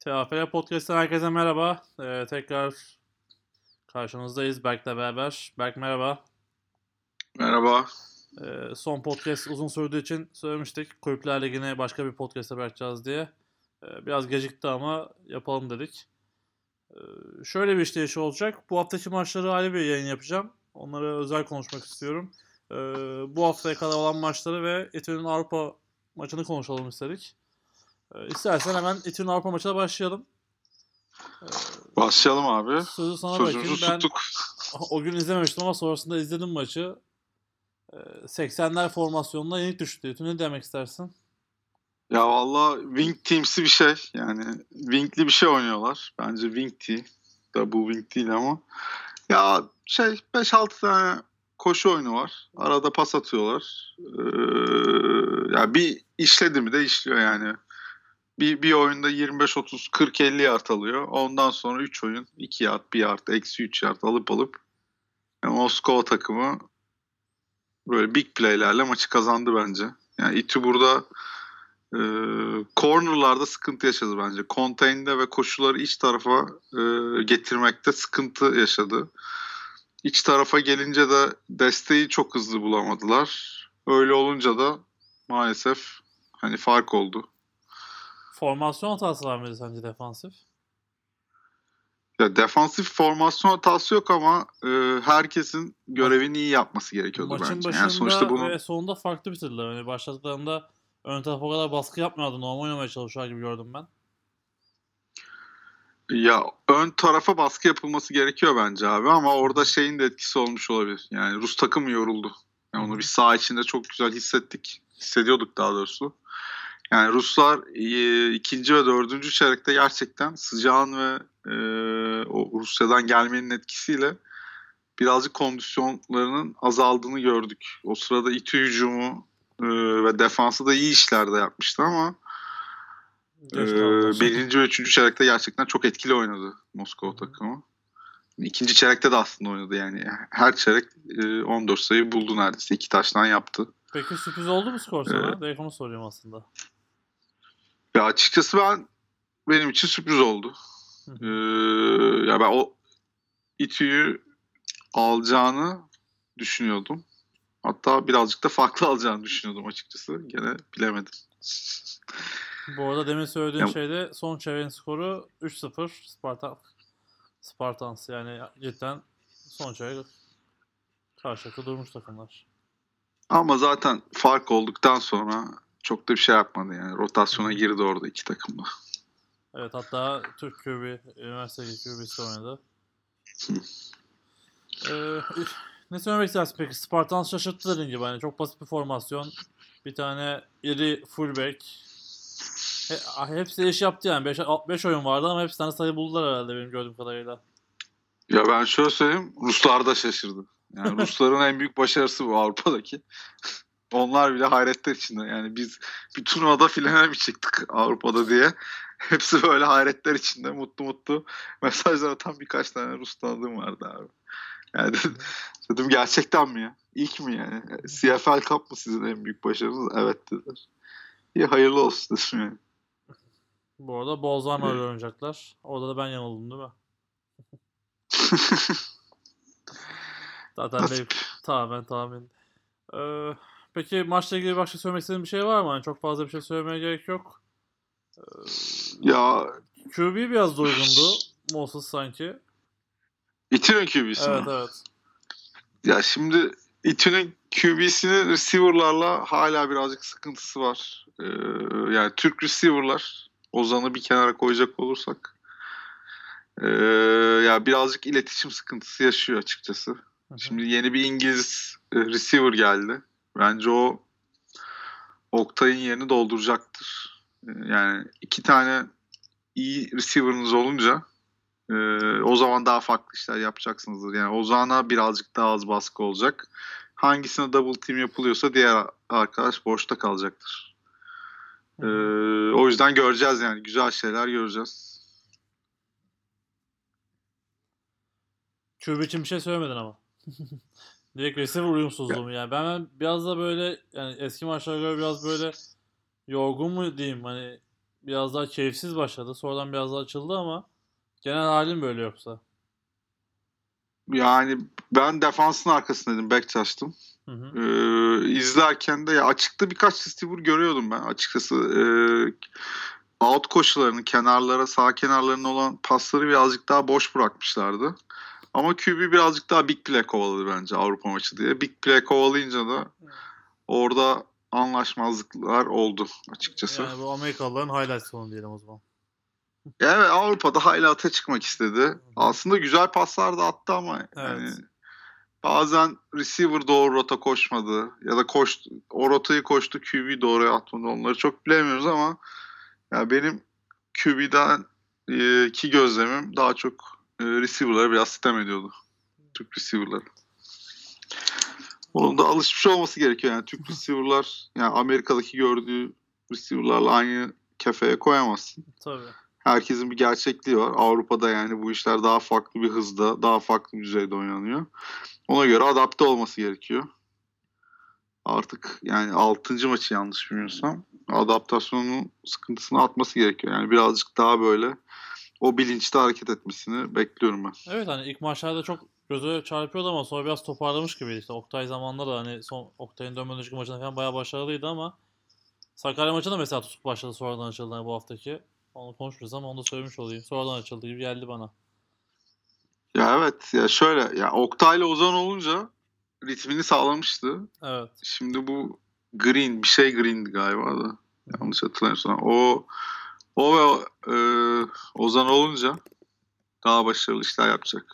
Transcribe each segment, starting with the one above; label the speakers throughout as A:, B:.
A: TFL Podcast'ten herkese merhaba. Tekrar karşınızdayız Berk'le beraber. Berk merhaba.
B: Merhaba.
A: Son podcast uzun sürdüğü için söylemiştik. Kulüpler Ligi'ne başka bir podcast'a bırakacağız diye. Biraz gecikti ama yapalım dedik. Şöyle bir işleyiş olacak. Bu haftaki maçları ayrı bir yayın yapacağım. Onlara özel konuşmak istiyorum. Bu haftaya kadar olan maçları ve İTÜ'nün Avrupa maçını konuşalım istedik. İstersen hemen İTÜ'nün Avrupa maçına başlayalım.
B: Başlayalım abi.
A: Sözü sana
B: Sözümüzü
A: bırakayım. Ben
B: tuttuk.
A: o gün izlememiştim ama sonrasında izledim maçı. 80'ler formasyonuna yenik düştü. Ne demek istersin?
B: Ya valla Wing Team'si bir şey. Yani Wing'li bir şey oynuyorlar. Bence Wing Team. Da bu Wing değil ama. Ya 5-6 tane koşu oyunu var. Arada pas atıyorlar. Ya bir işledi mi de işliyor yani. Bir oyunda 25-30, 40-50 yard alıyor. Ondan sonra 3 oyun 2 yard, 1 yard, eksi 3 yard alıp yani Moskova takımı böyle big play'lerle maçı kazandı bence. Yani İTÜ burada corner'larda sıkıntı yaşadı bence. Contain'de ve koşuları iç tarafa getirmekte sıkıntı yaşadı. İç tarafa gelince de desteği çok hızlı bulamadılar. Öyle olunca da maalesef hani fark oldu.
A: Formasyon hatası var mıydı sence defansif?
B: Ya defansif formasyon hatası yok ama herkesin
A: Ma-
B: görevini iyi yapması gerekiyordu
A: Maçın
B: bence. Yani sonuçta
A: başında
B: bunun
A: ve sonunda farklı bitirdiler. Yani başladıklarında ön tarafa o kadar baskı yapmıyordu. Normal oynamaya çalışıyor gibi gördüm ben.
B: ya ön tarafa baskı yapılması gerekiyor bence abi ama orada şeyin de etkisi olmuş olabilir. Yani Rus takım yoruldu. Yani onu bir saha içinde çok güzel hissettik. Hissediyorduk daha doğrusu. Yani Ruslar ikinci ve dördüncü çeyrekte gerçekten sıcağın ve o Rusya'dan gelmenin etkisiyle birazcık kondisyonlarının azaldığını gördük. O sırada İTÜ hücumu ve defansı da iyi işler de yapmıştı ama
A: Geç kaldılar.
B: birinci ve üçüncü çeyrekte gerçekten çok etkili oynadı Moskova takımı. İkinci çeyrekte de aslında oynadı yani. Her çeyrek 14 sayı buldu neredeyse. 2 taştan yaptı.
A: Peki sürpriz oldu mu skor
B: E,
A: sana? Direkt onu soruyorum aslında.
B: ya açıkçası benim için sürpriz oldu. E, ya ben o İTÜ'yü alacağını düşünüyordum. Hatta birazcık da farklı alacağını düşünüyordum açıkçası. Gene bilemedim.
A: Bu arada demin söylediğin
B: Ya,
A: şeyde son çeyreğin skoru 3-0 Spartans. Yani cidden son çeyrek karşılıklı durmuş takımlar.
B: ama zaten fark olduktan sonra çok da bir şey yapmadı yani.
A: Hı
B: Rotasyona
A: hı.
B: girdi orada iki takımda.
A: Evet, hatta Türk QB, üniversite QB'si oynadı. Ee, Ne söylemek istersin peki? Spartans şaşırttı dediğin gibi. Hani çok basit bir formasyon. Bir tane iri fullback. Hepsi iş yaptı yani. 5 oyun vardı ama hepsi tane sayı buldular herhalde benim gördüğüm kadarıyla.
B: Ya ben şöyle söyleyeyim. Ruslar da şaşırdı. Yani Rusların en büyük başarısı bu Avrupa'daki. Onlar bile hayretler içinde. Yani biz bir turnuvada finale mi çıktık Avrupa'da diye. Hepsi böyle hayretler içinde mutlu mutlu mesajlar atan birkaç tane Rus tanıdığım vardı abi. Yani dedim gerçekten mi ya? İlk mi yani? CFL Cup mı sizin en büyük başarınız? Evet dediler. İyi hayırlı olsun dedim yani.
A: Bu arada Bolzano ile oynayacaklar. Orada da ben yanıldım değil mi? Zaten benim
B: Nasip.
A: tamamen tahmin. Ee, peki maçla ilgili başka söylemek istediğin bir şey var mı? Hani çok fazla bir şey söylemeye gerek yok. Ee,
B: Ya
A: QB biraz durgundu. Moses sanki.
B: İTÜ'nün QB'si
A: Evet,
B: mi?
A: evet.
B: Ya şimdi İTÜ'nün QB'sinin receiver'larla hala birazcık sıkıntısı var. Yani Türk receiver'lar Ozan'ı bir kenara koyacak olursak ee, ya birazcık iletişim sıkıntısı yaşıyor açıkçası.
A: Hı hı.
B: Şimdi yeni bir İngiliz receiver geldi. Bence o Oktay'ın yerini dolduracaktır. Yani iki tane iyi receiver'ınız olunca e, o zaman daha farklı işler yapacaksınızdır. Yani Ozan'a birazcık daha az baskı olacak. Hangisine double team yapılıyorsa diğer arkadaş boşta kalacaktır.
A: Hı hı.
B: O yüzden göreceğiz yani. Güzel şeyler göreceğiz.
A: QB için bir şey söylemedin ama. Direkt receiver
B: Ya,
A: uyumsuzluğu mu yani? Ben biraz da böyle yani eski maçlara göre biraz böyle yorgun mu diyeyim hani biraz daha keyifsiz başladı. Sonradan biraz daha açıldı ama genel halim böyle yoksa.
B: Yani ben defansın arkasındaydım. Back açtım.
A: Hı hı.
B: İzlerken de ya açıkta birkaç receiver görüyordum ben açıkçası. Out koşularını kenarlara, sağ kenarlarına olan pasları birazcık daha boş bırakmışlardı. Ama QB birazcık daha big play kovaladı bence Avrupa maçı diye. Big play kovalayınca da orada anlaşmazlıklar oldu açıkçası.
A: Yani bu Amerikalıların highlight sonu diyelim o zaman.
B: Evet, Avrupa'da highlight'a çıkmak istedi. Aslında güzel paslar da attı ama yani
A: Evet.
B: bazen receiver doğru rota koşmadı ya da o rotayı koştu QB doğruya atmadı. Onları çok bilemiyoruz ama ya benim QB'den ki gözlemim daha çok receiver'lara biraz sitem ediyordu. Türk receiver'ları. Onun da alışmış olması gerekiyor. Yani Türk receiver'lar yani Amerika'daki gördüğü receiver'larla aynı kefeye koyamazsın.
A: Tabii.
B: Herkesin bir gerçekliği var. Avrupa'da yani bu işler daha farklı bir hızda, daha farklı bir düzeyde oynanıyor. Ona göre adapte olması gerekiyor. Artık yani 6. maçı yanlış bilmiyorsam adaptasyonun sıkıntısını atması gerekiyor. Yani birazcık daha böyle o bilinçte hareket etmesini bekliyorum ben.
A: Evet hani ilk maçlarda çok göze çarpıyordu ama sonra biraz toparlamış gibiydi. İşte Oktay zamanında da hani son Oktay'ın dönmeden önceki maçında falan bayağı başarılıydı ama Sakarya maçında mesela tutuk başladı sonradan açıldı hani bu haftaki. Onu konuşmayacağız ama onu da söylemiş olayım. Sonradan açıldı gibi geldi bana.
B: Ya evet ya şöyle ya Oktay'la Ozan olunca ritmini sağlamıştı.
A: Evet.
B: Şimdi bu Green bir şey Green'di galiba da. Yanlış hatırlamıyorsam. O ve Ozan olunca daha başarılı işler yapacak.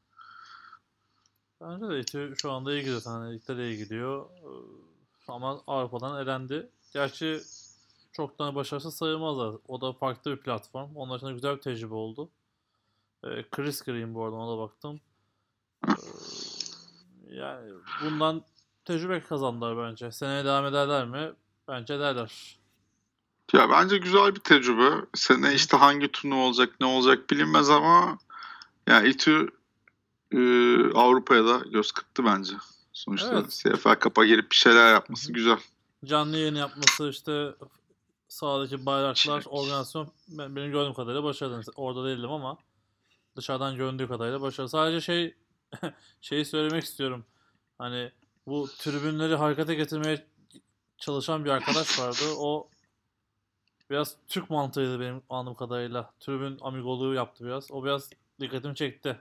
A: Bence de İTÜ şu anda iyi gidiyor. Hani ligde de iyi gidiyor. Ama Avrupa'dan elendi. Gerçi çok da başarısız sayılmazlar. O da farklı bir platform. Onlar için de güzel bir tecrübe oldu. Chris Green bu arada ona da baktım. Ee, Yani bundan tecrübe kazandılar bence. Seneye devam ederler mi? Bence ederler.
B: Ya bence güzel bir tecrübe. Sene
A: Hı hı.
B: işte hangi turnuva olacak ne olacak bilinmez ama ya İTÜ Avrupa'ya da göz kırptı bence. Sonuçta
A: Evet.
B: CFL Cup'a girip bir şeyler
A: Hı
B: yapması
A: hı.
B: güzel.
A: Canlı yayın yapması işte sahadaki bayraklar, organizasyon benim gördüğüm kadarıyla başarılı. Orada değildim ama dışarıdan göründüğü kadarıyla başarılı. Sadece şeyi söylemek istiyorum. Hani bu tribünleri harekete getirmeye çalışan bir arkadaş vardı. O biraz Türk mantığıydı benim anladığım kadarıyla. Tribün amigoluğu yaptı biraz. O biraz dikkatimi çekti.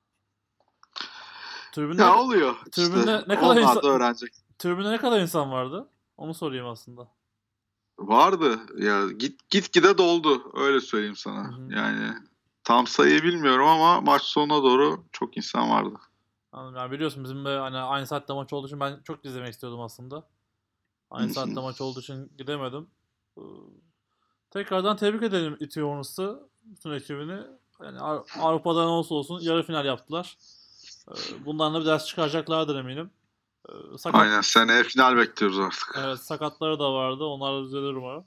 A: Tribünde
B: Ya oluyor işte.
A: tribünde ne kadar
B: Onlar
A: insan
B: da öğrenecek.
A: tribünde ne kadar insan vardı? Onu sorayım aslında.
B: Vardı ya gitgide doldu öyle söyleyeyim
A: Hı
B: sana.
A: hı.
B: Yani tam sayıyı bilmiyorum ama maç sonuna doğru çok insan vardı.
A: Anladım. Yani biliyorsun bizim de hani aynı saatte maç olduğu için ben çok izlemek istiyordum aslında. Aynı saatte maç olduğu için gidemedim. Ee, Tekrardan tebrik edelim İTÜ Hornets'ı, bütün ekibini. Yani Avrupa'da ne olsa olsun yarı final yaptılar. Bundan da bir ders çıkaracaklardır eminim. Sakat
B: Aynen seneye final bekliyoruz artık.
A: evet sakatları da vardı. Onlar da düzelir umarım.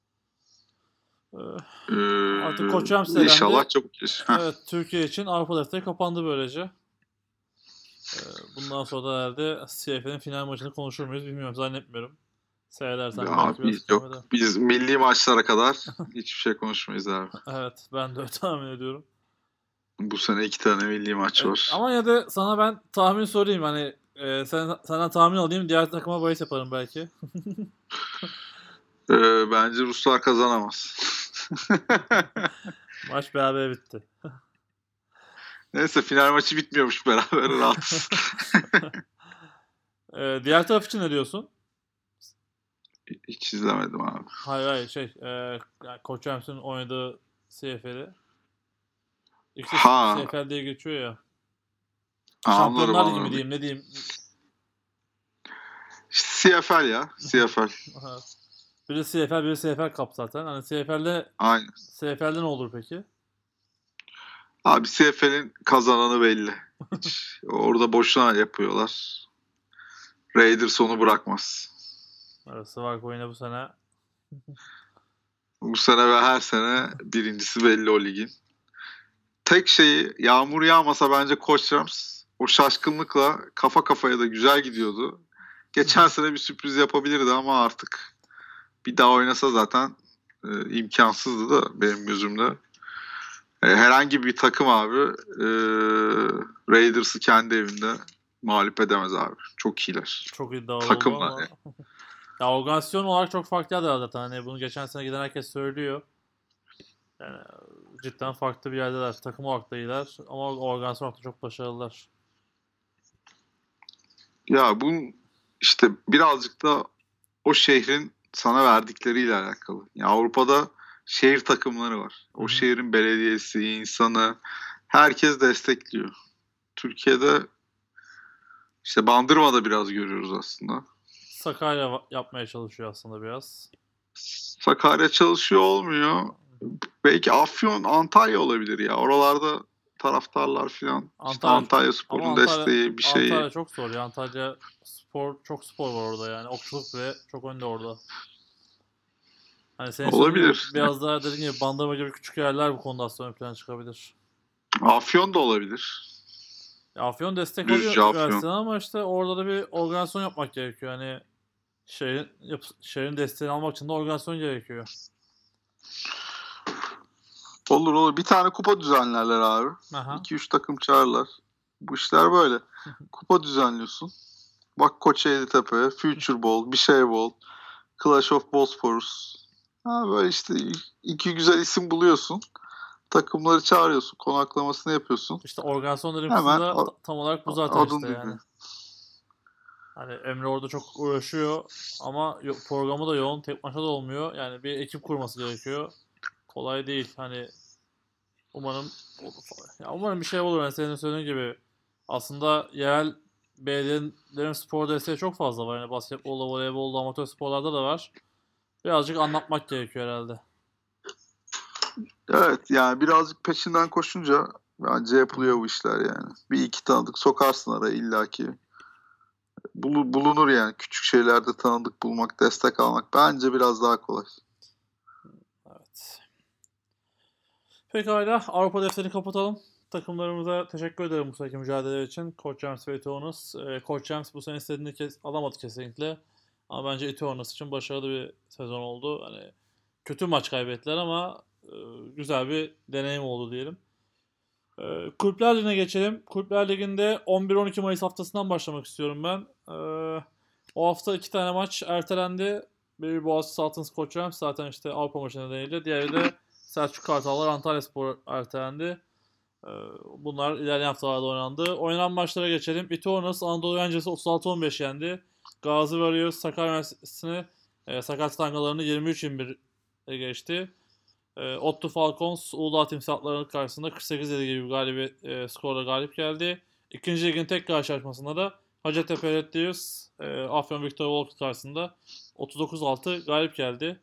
A: Ee, Artık Koç Rams
B: İnşallah
A: elendi.
B: çok geç.
A: Evet Türkiye için Avrupa defteri kapandı böylece. Bundan sonra da herhalde CF'nin final maçını konuşur muyuz bilmiyorum zannetmiyorum. Seyredersem belki biraz
B: Abi
A: kıyamet eder.
B: yok biz milli maçlara kadar hiçbir şey konuşmayız abi.
A: Evet ben de öyle tahmin ediyorum.
B: Bu sene 2 tane milli maç var.
A: Ama ya da sana ben tahmin sorayım hani senden tahmin alayım diğer takıma bahis yaparım belki.
B: Bence Ruslar kazanamaz.
A: Maç beraber bitti.
B: Neyse final maçı bitmiyormuş beraber rahatsız.
A: Diğer taraf için ne diyorsun?
B: Hiç izlemedim abi.
A: Hayır hayır yani Koç Rams'in oynadığı CFL'i. İşte
B: Ha
A: CFL diye geçiyor ya.
B: anladım
A: Şampiyonlar Ligi mi
B: anladım.
A: diyeyim ne diyeyim.
B: CFL ya CFL.
A: Evet. Biri CFL biri CFL Cup zaten. Hani
B: Aynen.
A: CFL'de ne olur peki?
B: Abi CFL'in kazananı belli. Hiç orada boşuna yapıyorlar. Raiders onu bırakmaz.
A: Evet, Sıvarko yine bu sene.
B: Bu sene ve her sene birincisi belli o ligin. Tek şeyi yağmur yağmasa bence Koç Rams o şaşkınlıkla kafa kafaya da güzel gidiyordu. Geçen sene bir sürpriz yapabilirdi ama artık bir daha oynasa zaten imkansızdı da benim gözümde. Herhangi bir takım abi Raiders'ı kendi evinde mağlup edemez abi. Çok iyiler.
A: Çok iddialı oldu
B: Takımlar
A: ama.
B: yani.
A: Ya organizasyon olarak çok farklı yerler zaten. Hani bunu geçen sene giden herkes söylüyor. Yani cidden farklı bir yerdeler. Takım olarak da iyiler ama organizasyon olarak da çok başarılılar.
B: Ya bu işte birazcık da o şehrin sana verdikleriyle alakalı. Ya Avrupa'da şehir takımları var. O
A: Hı-hı.
B: şehrin belediyesi, insanı, herkes destekliyor. Türkiye'de işte Bandırma'da biraz görüyoruz aslında.
A: Sakarya yapmaya çalışıyor aslında biraz.
B: Sakarya çalışıyor olmuyor. Belki Afyon, Antalya olabilir ya. Oralarda taraftarlar falan. İşte
A: Antalya
B: Antalya
A: ama
B: Spor'un desteği bir şeyi.
A: Antalya çok zor ya. Antalya çok spor var orada yani. Okçuluk bile çok önde orada. Hani senin söylediğin gibi
B: Olabilir.
A: biraz daha dediğin gibi Bandırma gibi küçük yerler bu konuda aslında ön plana çıkabilir.
B: Afyon da olabilir.
A: Ya Afyon destek alıyor
B: Düzce Afyon.
A: versin ama işte orada da bir organizasyon yapmak gerekiyor. Hani şehrin desteğini almak için de organizasyon gerekiyor.
B: Olur. Bir tane kupa düzenlerler abi.
A: Aha.
B: 2-3 takım çağırırlar. Bu işler böyle. Kupa düzenliyorsun. Bak Kocaeli'tepe, Future Bowl, bir şey Bowl, Clash of Bosphorus. Ha böyle işte iki güzel isim buluyorsun. Takımları çağırıyorsun. Konaklamasını yapıyorsun.
A: İşte organizasyonların
B: Hemen
A: kısmında tam olarak bu zaten
B: adın
A: işte yani.
B: duyuluyor.
A: Hani Emre orada çok uğraşıyor ama programı da yoğun, tek maçta da olmuyor. Yani bir ekip kurması gerekiyor. Kolay değil. Hani umarım umarım bir şey olur. Yani senin söylediğin gibi aslında yerel belediyelerin spor desteği çok fazla var. Yani basketbolda, voleybolda, amatör sporlarda da var. Birazcık anlatmak gerekiyor herhalde.
B: Evet yani birazcık peşinden koşunca bence yapılıyor bu işler yani. Bir iki tanıdık sokarsın araya illaki. Bulunur yani. Küçük şeylerde tanıdık bulmak, destek almak bence biraz daha kolay.
A: Evet. Pekala Avrupa defterini kapatalım. Takımlarımıza teşekkür ederim bu seneki mücadele için. Koç James ve Eto'nus. Koç James bu sene istediğini alamadı kesinlikle. Ama bence Eto'nus için başarılı bir sezon oldu. Hani kötü maç kaybettiler ama güzel bir deneyim oldu diyelim. Kulüpler Ligi'ne geçelim. Kulüpler Ligi'nde 11-12 Mayıs haftasından başlamak istiyorum ben. O hafta 2 tane maç ertelendi. Biri Boğaziçi Saltins Koç Rams zaten işte Avrupa maçı nedeniyle. Diğeri de Selçuk Kartallar Antalyaspor ertelendi. Bunlar ilerleyen haftalarda oynandı. Oynanan maçlara geçelim. İTONUS Anadolu Öncesi 36-15 yendi. Gazi Warriors Sakarya Üniversitesi'ni Sakarya Tangalarını 23-21 geçti. Ottu Falcons Uludağ Timsahları karşısında 48-7 gibi bir skorla galip geldi. İkinci ligin tek karşılaşmasında da Hacettepe Red Devils Afyon Victor Wolves karşısında 39-6 galip geldi.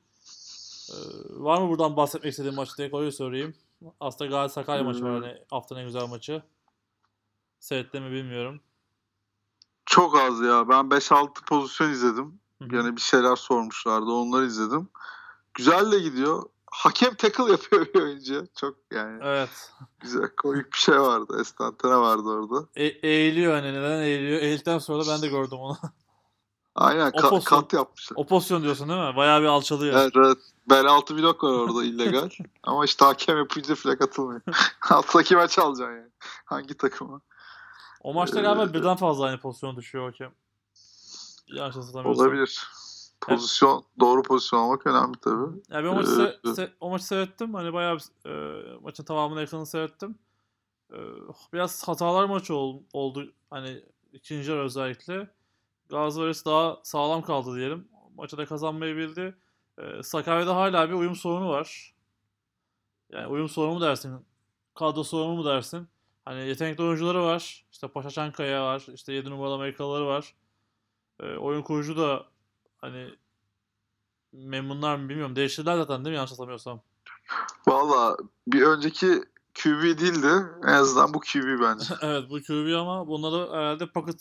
A: Var mı buradan bahsetmek istediğim maçı diye öyle sorayım. Aslında Gazi Sakarya maçı var hani haftanın en güzel maçı. Seyrettim mi bilmiyorum.
B: Çok az ya. Ben 5-6 pozisyon izledim.
A: Hı-hı.
B: Yani bir şeyler sormuşlardı. Onları izledim. Güzel de gidiyor. Hakem tackle yapıyor bir oyuncu. Çok yani.
A: Evet.
B: Güzel komik bir şey vardı. Estantane vardı orada.
A: Eğiliyor hani neden eğiliyor? Eğildikten sonra da ben de gördüm onu.
B: Aynen
A: O pozisyon.
B: kat yapmışlar.
A: O pozisyon diyorsun değil mi? Bayağı bir alçalıyor.
B: Evet. Bel altı blok var orada illegal. Ama işte hakem yapınca flag atılmıyor. Alttaki maç alacaksın yani. Hangi takıma?
A: O maçta galiba birden fazla aynı pozisyon düşüyor hakem. Yanlış hatırlamıyorsam.
B: Olabilir.
A: Ya,
B: Doğru pozisyon almak önemli tabii.
A: ya ben o maçı seyrettim. Hani bayağı maçın tamamını ekranı seyrettim. E, Biraz hatalar maçı oldu. Hani ikinci yarı özellikle. Galatasaray daha sağlam kaldı diyelim. Maçı da kazanmayı bildi. Sakarya'da hala bir uyum sorunu var. Yani uyum sorunu mu dersin? Kadro sorunu mu dersin? Hani yetenekli oyuncuları var. İşte Paşa Çankaya var. İşte 7 numaralı Amerikalıları var. Oyun kurucu da hani memnunlar mı bilmiyorum. Değiştirdiler zaten değil mi yanlış hatırlamıyorsam.
B: Valla bir önceki QB değildi. En azından bu QB bence.
A: Evet bu QB ama bunda da herhalde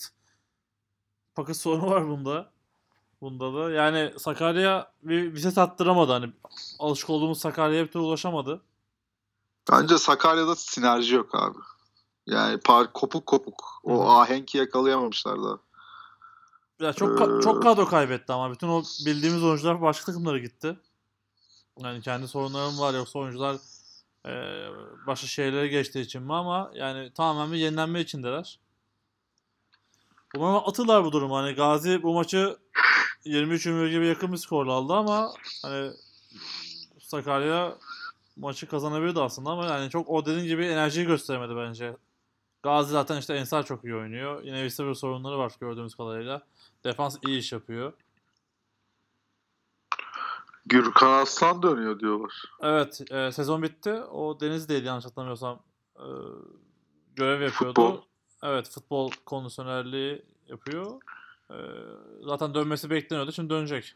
A: paket sorunu var bunda. Bunda da. Yani Sakarya bir vites attıramadı. Hani alışık olduğumuz Sakarya'ya bir türlü ulaşamadı.
B: Bence Sakarya'da sinerji yok abi. Yani kopuk. O
A: Hı-hı.
B: ahenki yakalayamamışlar da.
A: Ya çok kadro kaybetti ama bütün o bildiğimiz oyuncular başka takımlara gitti. Yani kendi sorunlarım var, yoksa oyuncular başka şeylere geçtiği için mi, ama yani tamamen bir yenilenme içindeler. Umarım atırlar bu durumu. Hani Gazi bu maçı 23-21 gibi yakın bir skorla aldı, ama hani Sakarya maçı kazanabilirdi aslında, ama yani çok o dediğin gibi enerjiyi gösteremedi bence. Gazi zaten işte Ensar çok iyi oynuyor. Yine bir sıfır sorunları var gördüğümüz kadarıyla. Defans iyi iş yapıyor.
B: Gürkan Aslan dönüyor diyorlar.
A: Evet, sezon bitti. O Denizli'deydi yanlış hatırlamıyorsam. E, görev
B: Futbol.
A: yapıyordu. Evet, futbol kondisyonerliği yapıyor. E, zaten dönmesi bekleniyordu. Şimdi dönecek.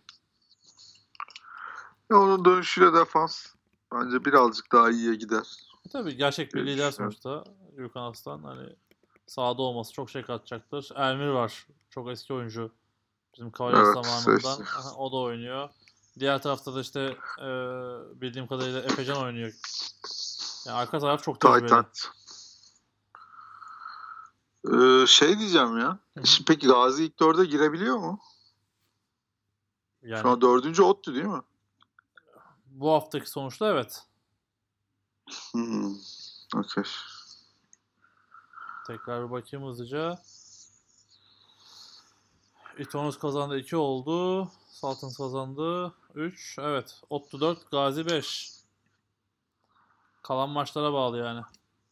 B: Onun dönüşüyle defans bence birazcık daha iyiye gider
A: Tabii gerçek bir
B: diye
A: lider
B: düşünüyorum.
A: sonuçta Gürkan Aslan. Hani sahada olması çok şey katacaktır. Ermir var. Çok eski oyuncu. Bizim Kavalyas
B: Evet,
A: zamanından. Aha, o da oynuyor. Diğer tarafta da işte bildiğim kadarıyla Efecan oynuyor. Yani arka taraf çok tecrübeli.
B: Titan. Şey diyeceğim ya.
A: Hı hı.
B: Şimdi peki Gazi ilk dörde girebiliyor mu? Şu
A: Yani
B: an dördüncü ODTÜ değil mi?
A: bu haftaki sonuçta evet.
B: Hmm. Okey.
A: Tekrar bir bakayım hızlıca. İtonos kazandı, 2 oldu. Saltans kazandı 3. Evet. Ottu 4, Gazi 5. Kalan maçlara bağlı yani.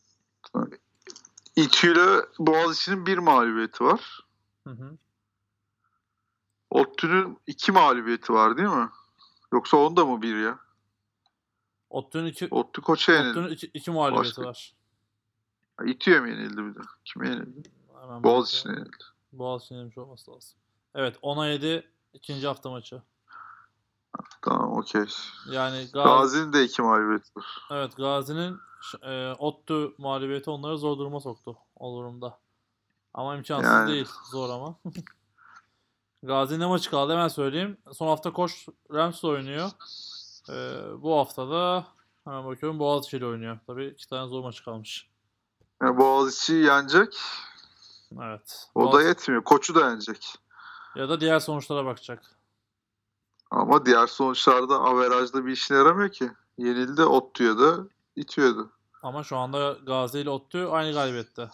B: İTÜ ile Boğaziçi'nin bir mağlubiyeti var.
A: Hı hı.
B: ODTÜ'nün iki mağlubiyeti var değil mi? Yoksa onda mı bir ya?
A: Ottu'nun 2
B: ODTÜ Koç'a
A: Ottu'nun
B: yenildi.
A: 2 mağlubiyeti
B: Başka.
A: var.
B: İTÜ'ye mi yenildi bir de? Kime yenildi?
A: Hemen
B: Boğaziçi'ne
A: bakıyorum.
B: yenildi.
A: Boğaziçi'nin yemiş olması lazım. Evet, 10'a 7 ikinci hafta maçı.
B: Tamam, okey.
A: Yani
B: Gazi'nin de iki mağlubiyeti var.
A: evet, Gazi'nin Ottu mağlubiyeti onları zor duruma soktu o durumda. Ama imkansız
B: Yani
A: değil. Zor ama. Gazi ne maçı kaldı hemen söyleyeyim. Son hafta Koç Rams oynuyor. Bu hafta da hemen bakıyorum Boğaziçi ile oynuyor. Tabii 2 tane zor maçı kalmış.
B: Boğaziçi'yi yenecek.
A: Evet.
B: O da yetmiyor. Koç'u da yenecek.
A: Ya da diğer sonuçlara bakacak.
B: Ama diğer sonuçlarda averajda bir işine yaramıyor ki. Yenildi ODTÜ'ye de, İTÜ'ye de.
A: Ama şu anda Gazi ile Ottu aynı galibiyette.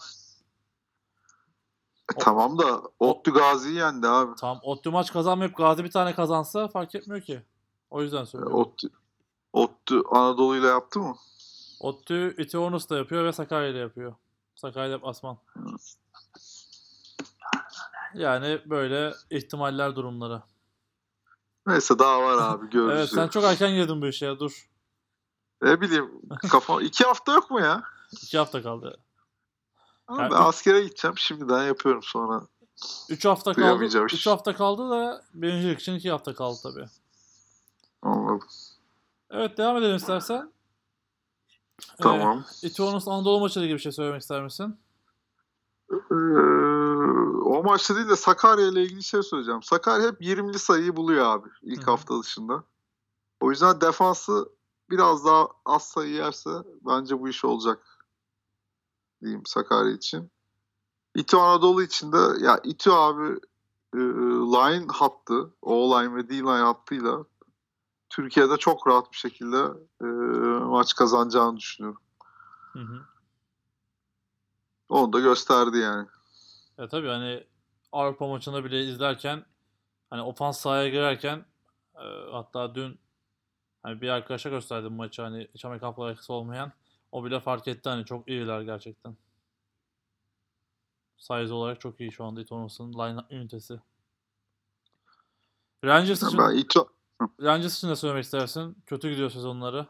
A: O,
B: Tamam da
A: o
B: ODTÜ Gazi'yi yendi abi.
A: tam Ottu maç kazanmayıp Gazi bir tane kazansa fark etmiyor ki. O yüzden söylüyorum.
B: ODTÜ Anadolu'yla yaptı mı?
A: Ottu Itiornus da yapıyor ve Sakarya ile yapıyor. Sakarya deplasman. Yani böyle ihtimaller durumları.
B: Neyse daha var abi,
A: Evet, sen çok
B: göreceğiz.
A: erken girdin bu işe, dur.
B: Ne bileyim, kafa 2 hafta yok mu ya?
A: 2 hafta kaldı.
B: Ama
A: Yani
B: ben askere gideceğim, şimdiden yapıyorum, sonra
A: 3 hafta kaldı.
B: duyamayacağım
A: 3
B: iş.
A: hafta kaldı da birincilik için 2 hafta kaldı tabii.
B: Anladım.
A: Evet, devam edelim istersen.
B: Tamam.
A: Itiornus Anadolu maçıyla ilgili bir şey söylemek ister misin?
B: Ee, O maçta değil de Sakarya ile ilgili şey söyleyeceğim. Sakarya hep 20'li sayıyı buluyor abi
A: Hı
B: ilk
A: hı.
B: hafta dışında. O yüzden defansı biraz daha az sayı yerse bence bu iş olacak diyeyim Sakarya için. İTÜ Anadolu için de ya İTÜ abi line hattı, O-line ve D-line hattıyla Türkiye'de çok rahat bir şekilde e, maç kazanacağını düşünüyorum.
A: Hı hı.
B: Onu da gösterdi yani.
A: Ya tabii hani Avrupa maçını bile izlerken, hani ofans sahaya girerken, hatta dün hani bir arkadaşa gösterdim maçı, hani hiç Amerikan alakası olmayan. O bile fark etti, hani çok iyiler gerçekten. Size olarak çok iyi şu anda Itiornus'un line ünitesi. Rangers için
B: Ben İTÜ
A: Rangers için de söylemek istersin. Kötü gidiyor sezonları.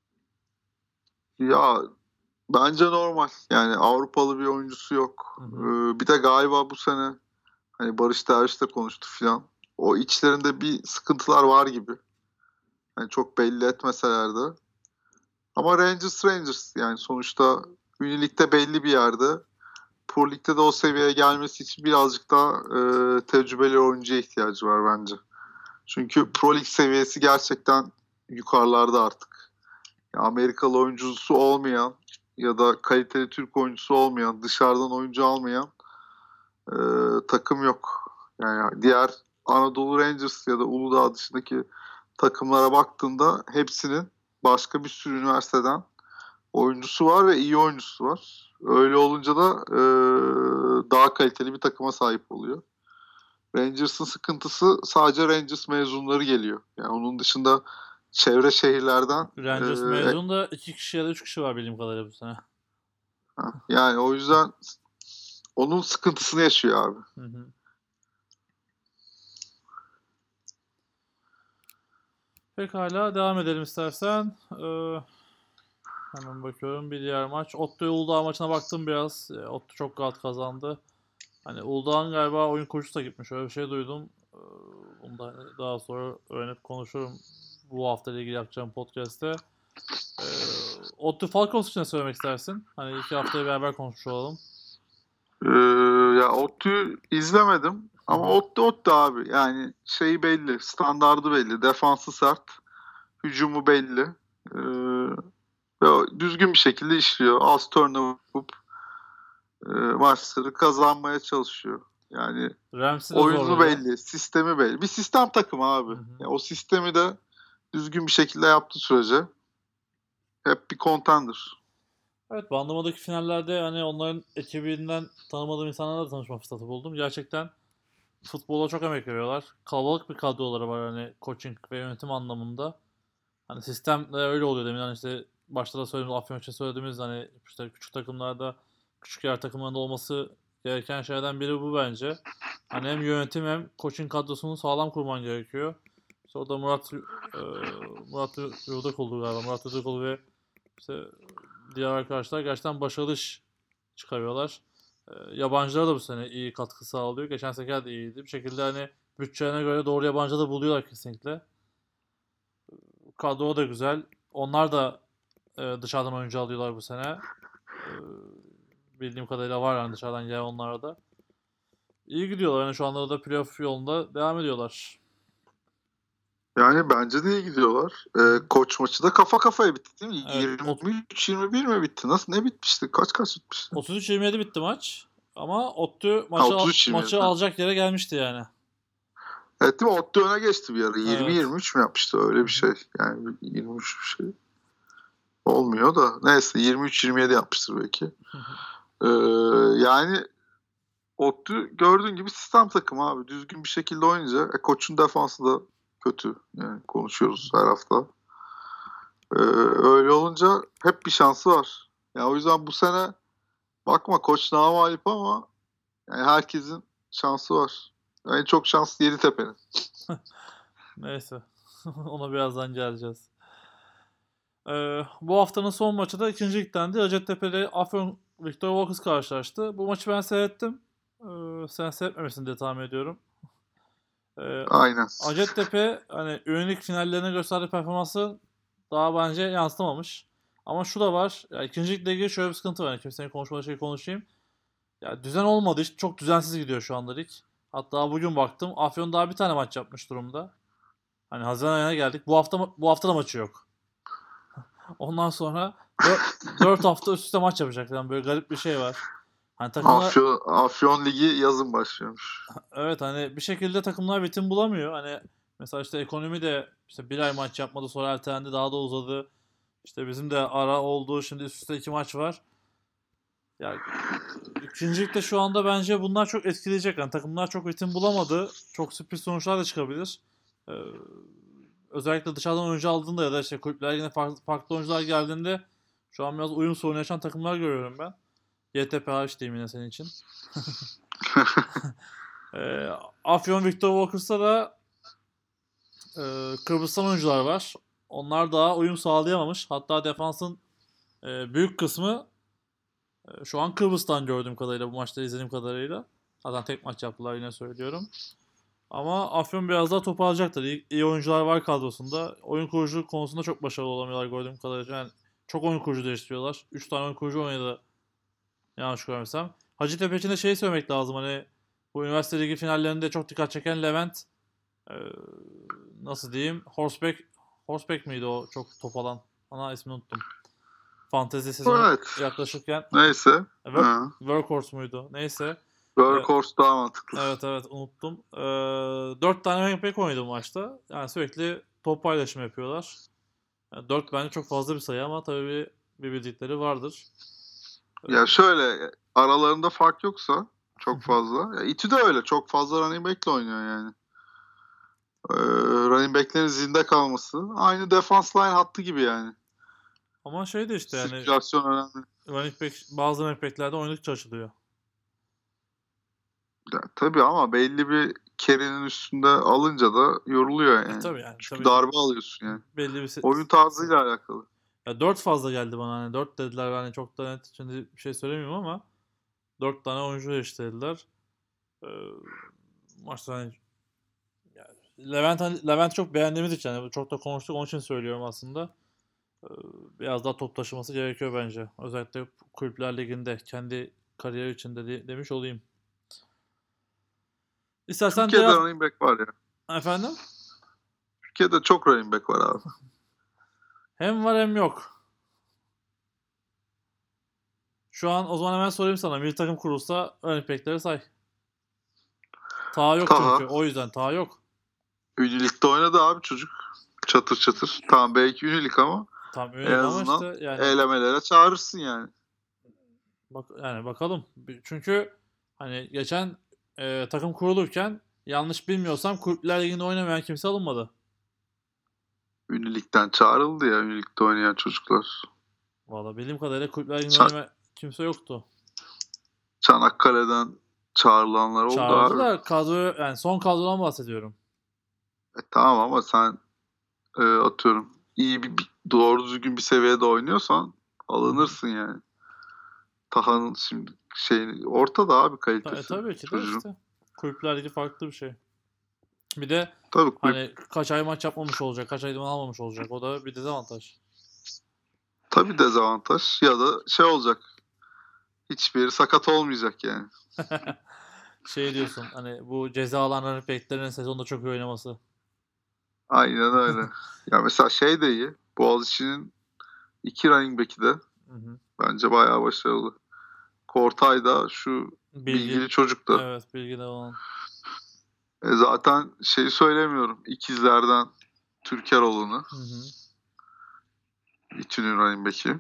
B: ya bence normal. Yani Avrupalı bir oyuncusu yok.
A: Hı hı.
B: Bir de galiba bu sene hani Barış Derviş de konuştu filan. O içlerinde bir sıkıntılar var gibi. Yani çok belli etmeseler de. Ama Rangers yani sonuçta ünilikte belli bir yerde. Pro Lig'de de o seviyeye gelmesi için birazcık daha tecrübeli oyuncuya ihtiyacı var bence. Çünkü Pro Lig seviyesi gerçekten yukarılarda artık. Ya Amerikalı oyuncusu olmayan ya da kaliteli Türk oyuncusu olmayan, dışarıdan oyuncu almayan e, takım yok. Yani diğer Anadolu Rangers ya da Uludağ dışındaki takımlara baktığında hepsinin başka bir sürü üniversiteden oyuncusu var ve iyi oyuncusu var. Öyle olunca da daha kaliteli bir takıma sahip oluyor. Rangers'ın sıkıntısı sadece Rangers mezunları geliyor. Yani onun dışında çevre şehirlerden
A: Rangers mezun da 2 kişi ya da 3 kişi var bildiğim kadarıyla bu sene.
B: yani o yüzden onun sıkıntısını yaşıyor abi.
A: Hı hı. Pekala devam edelim istersen. Hemen bakıyorum bir diğer maç. ODTÜ Uludağ maçına baktım biraz. ODTÜ çok rahat kazandı. Hani Uludağ'ın galiba oyun koçu da gitmiş. Öyle bir şey duydum. Bunu da daha sonra öğrenip konuşurum. Bu hafta ile ilgili yapacağım podcast'te. ODTÜ Falcons için ne söylemek istersin? Hani 2 haftaya beraber konuşmuş olalım.
B: Ya ODTÜ izlemedim ama ODTÜ abi. Yani şeyi belli. Standardı belli. Defansı sert. Hücumu belli. Ve düzgün bir şekilde işliyor. Az turnover yapıp maçları kazanmaya çalışıyor. Yani
A: Ramsey de
B: oyunu
A: zorluyor.
B: belli, sistemi belli. Bir sistem takımı abi. Yani o sistemi de düzgün bir şekilde yaptığı sürece hep bir contender.
A: Evet, Bandırma'daki finallerde hani onların ekibinden tanımadığım insanlarla da tanışma fırsatı buldum. Gerçekten futbola çok emek veriyorlar. Kalabalık bir kadroları var hani coaching ve yönetim anlamında. Hani sistem de öyle oluyor demin hani işte başta da söylediğimiz Afyon için söylediğimiz hani işte küçük takımlarda küçük yer takımlarında olması gereken şeylerden biri bu bence. Hani hem yönetim hem coaching kadrosunu sağlam kurman gerekiyor. İşte orada Murat Yurdakoğlu galiba. Murat Yurdakoğlu ve işte diğer arkadaşlar gerçekten başarılı iş çıkarıyorlar. Yabancılara da bu sene iyi katkı sağlıyor. Geçen sene de iyiydi. Bir şekilde hani bütçelerine göre doğru yabancı da buluyorlar kesinlikle. Kadro da güzel. Onlar da dışarıdan oyuncu alıyorlar bu sene. E, Bildiğim kadarıyla var yani dışarıdan gelen onlara da. İyi gidiyorlar. Yani şu anda da playoff yolunda devam ediyorlar.
B: Yani bence de iyi gidiyorlar. Koç maçı da kafa kafaya bitti değil mi?
A: Evet,
B: 23-21 mi bitti? Nasıl ne bitmişti? Kaç bitmişti?
A: 33-27 bitti maç. Ama ODTÜ
B: Ha,
A: maçı
B: 33-27.
A: alacak yere gelmişti yani.
B: Evet değil mi? Ottu öne geçti bir ara.
A: Evet.
B: 20-23 mi yapmıştı? Öyle bir şey. Yani 23 bir şey. Olmuyor da. Neyse 23-27 yapmıştır belki. Ee, yani Ottu gördüğün gibi sistem takımı abi. Düzgün bir şekilde oynayınca. Koç'un defansı da kötü. Yani konuşuyoruz her hafta. Öyle olunca hep bir şansı var. Yani o yüzden bu sene bakma koç namalip ama yani herkesin şansı var. En çok şans Yeditepe'nin.
A: Neyse. Ona birazdan geleceğiz. Bu haftanın son maçı da ikinci ligdendi. Hacettepe'de Afyon Victor Walkers karşılaştı. Bu maçı ben seyrettim. Sen seyretmemesin diye tahmin ediyorum.
B: Aynen.
A: Hacettepe hani üyelik finallerine gösterdiği performansı daha bence yansıtamamış. Ama şu da var. Ya, ikinci ligle ilgili şöyle bir sıkıntı var. Yani kimsenin konuşmadığı şeyi konuşayım. Ya düzen olmadı. İşte çok düzensiz gidiyor şu anda lig. Hatta bugün baktım. Afyon daha bir tane maç yapmış durumda. Hani Haziran ayına geldik. Bu hafta da maçı yok. Ondan sonra 4 hafta üst üste maç yapacak. Yani böyle garip bir şey var. Hani takımlar
B: Afyon Ligi yazın başlıyormuş.
A: evet hani bir şekilde takımlar ritim bulamıyor. Hani mesela işte ekonomi de işte bir ay maç yapmadı sonra ertelendi daha da uzadı. İşte bizim de ara oldu. Şimdi üst üste 2 maç var. Yani ikincilikte şu anda bence bunlar çok etkileyecek. Yani takımlar çok ritim bulamadı. Çok sürpriz sonuçlar da çıkabilir. Ee, Özellikle dışarıdan oyuncu aldığında ya da işte kulüpler yine farklı oyuncular geldiğinde şu an biraz uyum sorunu yaşayan takımlar görüyorum ben. YTP hariç diyeyim yine senin için. Ee, Afyon Victor Walkers'ta da Kıbrıs'tan oyuncular var. Onlar daha uyum sağlayamamış. Hatta defansın büyük kısmı şu an Kıbrıs'tan gördüğüm kadarıyla bu maçları izlediğim kadarıyla. Zaten tek maç yaptılar yine söylüyorum. Ama Afyon biraz daha toparlayacaktır. İyi oyuncular var kadrosunda. Oyun kurucu konusunda çok başarılı olamıyorlar gördüğüm kadarıyla. Yani çok oyun kurucu değiştiriyorlar. 3 tane oyun kurucu oynadı yanlış görmesem. Hacettepe için de şey söylemek lazım. Hani bu üniversite ligi finallerinde çok dikkat çeken Levent e, nasıl diyeyim? Horseback miydi o çok top alan? Ana ismini unuttum. Fantezi sezonu
B: Evet.
A: yaklaşırken
B: Neyse. Ha.
A: Workhorse muydu? Neyse.
B: Workhorse daha mantıklı.
A: Evet unuttum. 4 tane wingback oynadı bu maçta. Yani sürekli top paylaşımı yapıyorlar. Yani 4 bence çok fazla bir sayı ama tabii bir bildikleri vardır.
B: Ya şöyle aralarında fark yoksa çok fazla. Ya İTÜ de öyle. Çok fazla running back'le oynuyor yani. Running back'lerin zinde kalması. Aynı defense line hattı gibi yani.
A: Ama şey de işte yani
B: Sirkülasyon önemli.
A: bazı running back'lerde oynadıkça açılıyor.
B: Ya, tabii ama belli bir carry'nin üstünde alınca da yoruluyor yani.
A: Tabii yani.
B: Çünkü
A: Tabii
B: darbe alıyorsun yani.
A: belli bir
B: Oyun tarzıyla alakalı.
A: Ya 4 fazla geldi bana hani 4 dediler hani çok da net şimdi bir şey söylemiyorum ama 4 tane oyuncu değiştirdiler. Maçta hani Levent çok beğendiğimiz için yani çok da konuştuk onun için söylüyorum aslında. Biraz daha top taşıması gerekiyor bence. Özellikle Kulüpler Ligi'nde kendi kariyeri için de demiş olayım. İstersen
B: Türkiye'de running back var ya.
A: efendim?
B: Türkiye'de çok running back var abi.
A: Hem var hem yok. Şu an o zaman hemen sorayım sana. Milli takım kurulsa running back'leri say. Taha yok
B: Taha.
A: çünkü. O yüzden Taha yok.
B: Ünilik'te oynadı abi çocuk. Çatır çatır. Tamam belki Ünilik ama
A: Tam
B: en
A: öyle ama
B: azından
A: işte yani
B: elemelere çağırırsın yani.
A: yani bakalım. Çünkü hani geçen takım kurulurken yanlış bilmiyorsam Kulüpler Ligi'nde oynamayan kimse alınmadı.
B: Ünilik'ten çağrıldı ya Ünilik'te oynayan çocuklar.
A: Valla bildiğim kadarıyla Kulüpler Ligi'nde
B: Çan-
A: oynamayan kimse yoktu.
B: Çanakkale'den çağrılanlar oldu
A: Çağrıldı
B: abi.
A: da kadro yani son kadrodan bahsediyorum.
B: Tamam ama sen atıyorum iyi doğru düzgün bir seviyede oynuyorsan alınırsın yani. Taha'nın şimdi ortada abi kalitesi
A: Tabii ki de
B: çocuğun.
A: işte. Kulüpler Ligi farklı bir şey. Bir de
B: Tabii
A: hani kaç ay maç yapmamış olacak, kaç ay idman almamış olacak. O da bir dezavantaj.
B: tabii dezavantaj ya da olacak. Hiçbir yeri sakat olmayacak yani.
A: Şey diyorsun hani bu ceza alan running back'lerin sezonda çok iyi oynaması.
B: Aynen öyle. Ya mesela de iyi. Boğaziçi'nin 2 running back'i de
A: Hı hı.
B: bence bayağı başarılı. Kortay da şu bilgili çocuk da.
A: Evet, bilgili olan.
B: Zaten söylemiyorum. İkizlerden Türkeroğlu'nu.
A: Hı hı.
B: İTÜ'nün running back'i.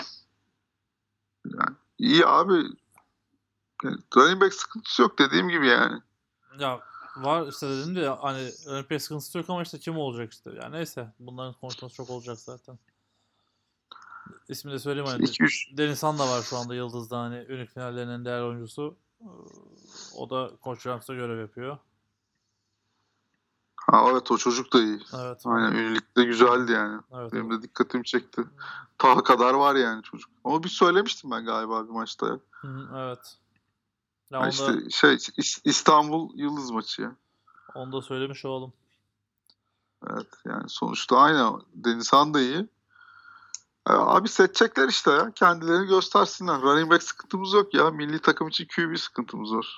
B: Yani iyi abi. Yani running back sıkıntısı yok dediğim gibi yani.
A: Ya var işte dedim de ya, hani running back sıkıntısı yok ama işte kim olacak işte. Yani neyse bunların konuşması çok olacak zaten. İsmini de söyleyeyim hani
B: 2-3
A: Denizhan da var şu anda Yıldız'da hani Ünlük finallerinin değerli oyuncusu. O da Koç Rams'ta görev yapıyor.
B: Ha evet o çocuk da iyi.
A: Evet.
B: Aynen ünilikte güzeldi yani.
A: Evet.
B: Benim de dikkatimi çekti. Taha kadar var yani çocuk. Ama bir söylemiştim ben galiba bir maçta ya.
A: Hı, evet. Ya
B: Ha
A: onu da,
B: işte İstanbul Yıldız maçı ya.
A: onu da söylemiş olalım.
B: Evet yani sonuçta aynı. Denizhan da iyi. Abi seçecekler işte ya. Kendilerini göstersinler. Running back sıkıntımız yok ya. Milli takım için QB sıkıntımız var.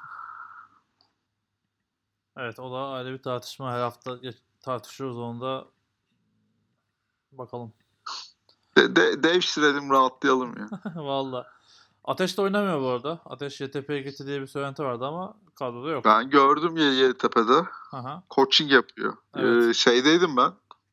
A: Evet o da ayrı bir tartışma. Her hafta tartışıyoruz onu da. Bakalım.
B: Devşirelim rahatlayalım ya.
A: Valla. Ateş de oynamıyor bu arada. Ateş YTP'ye gitti diye bir söylenti vardı ama kadroda yok.
B: Ben gördüm Yeditepe'de.
A: Aha.
B: Coaching yapıyor.
A: Evet.
B: Şeydeydim ben.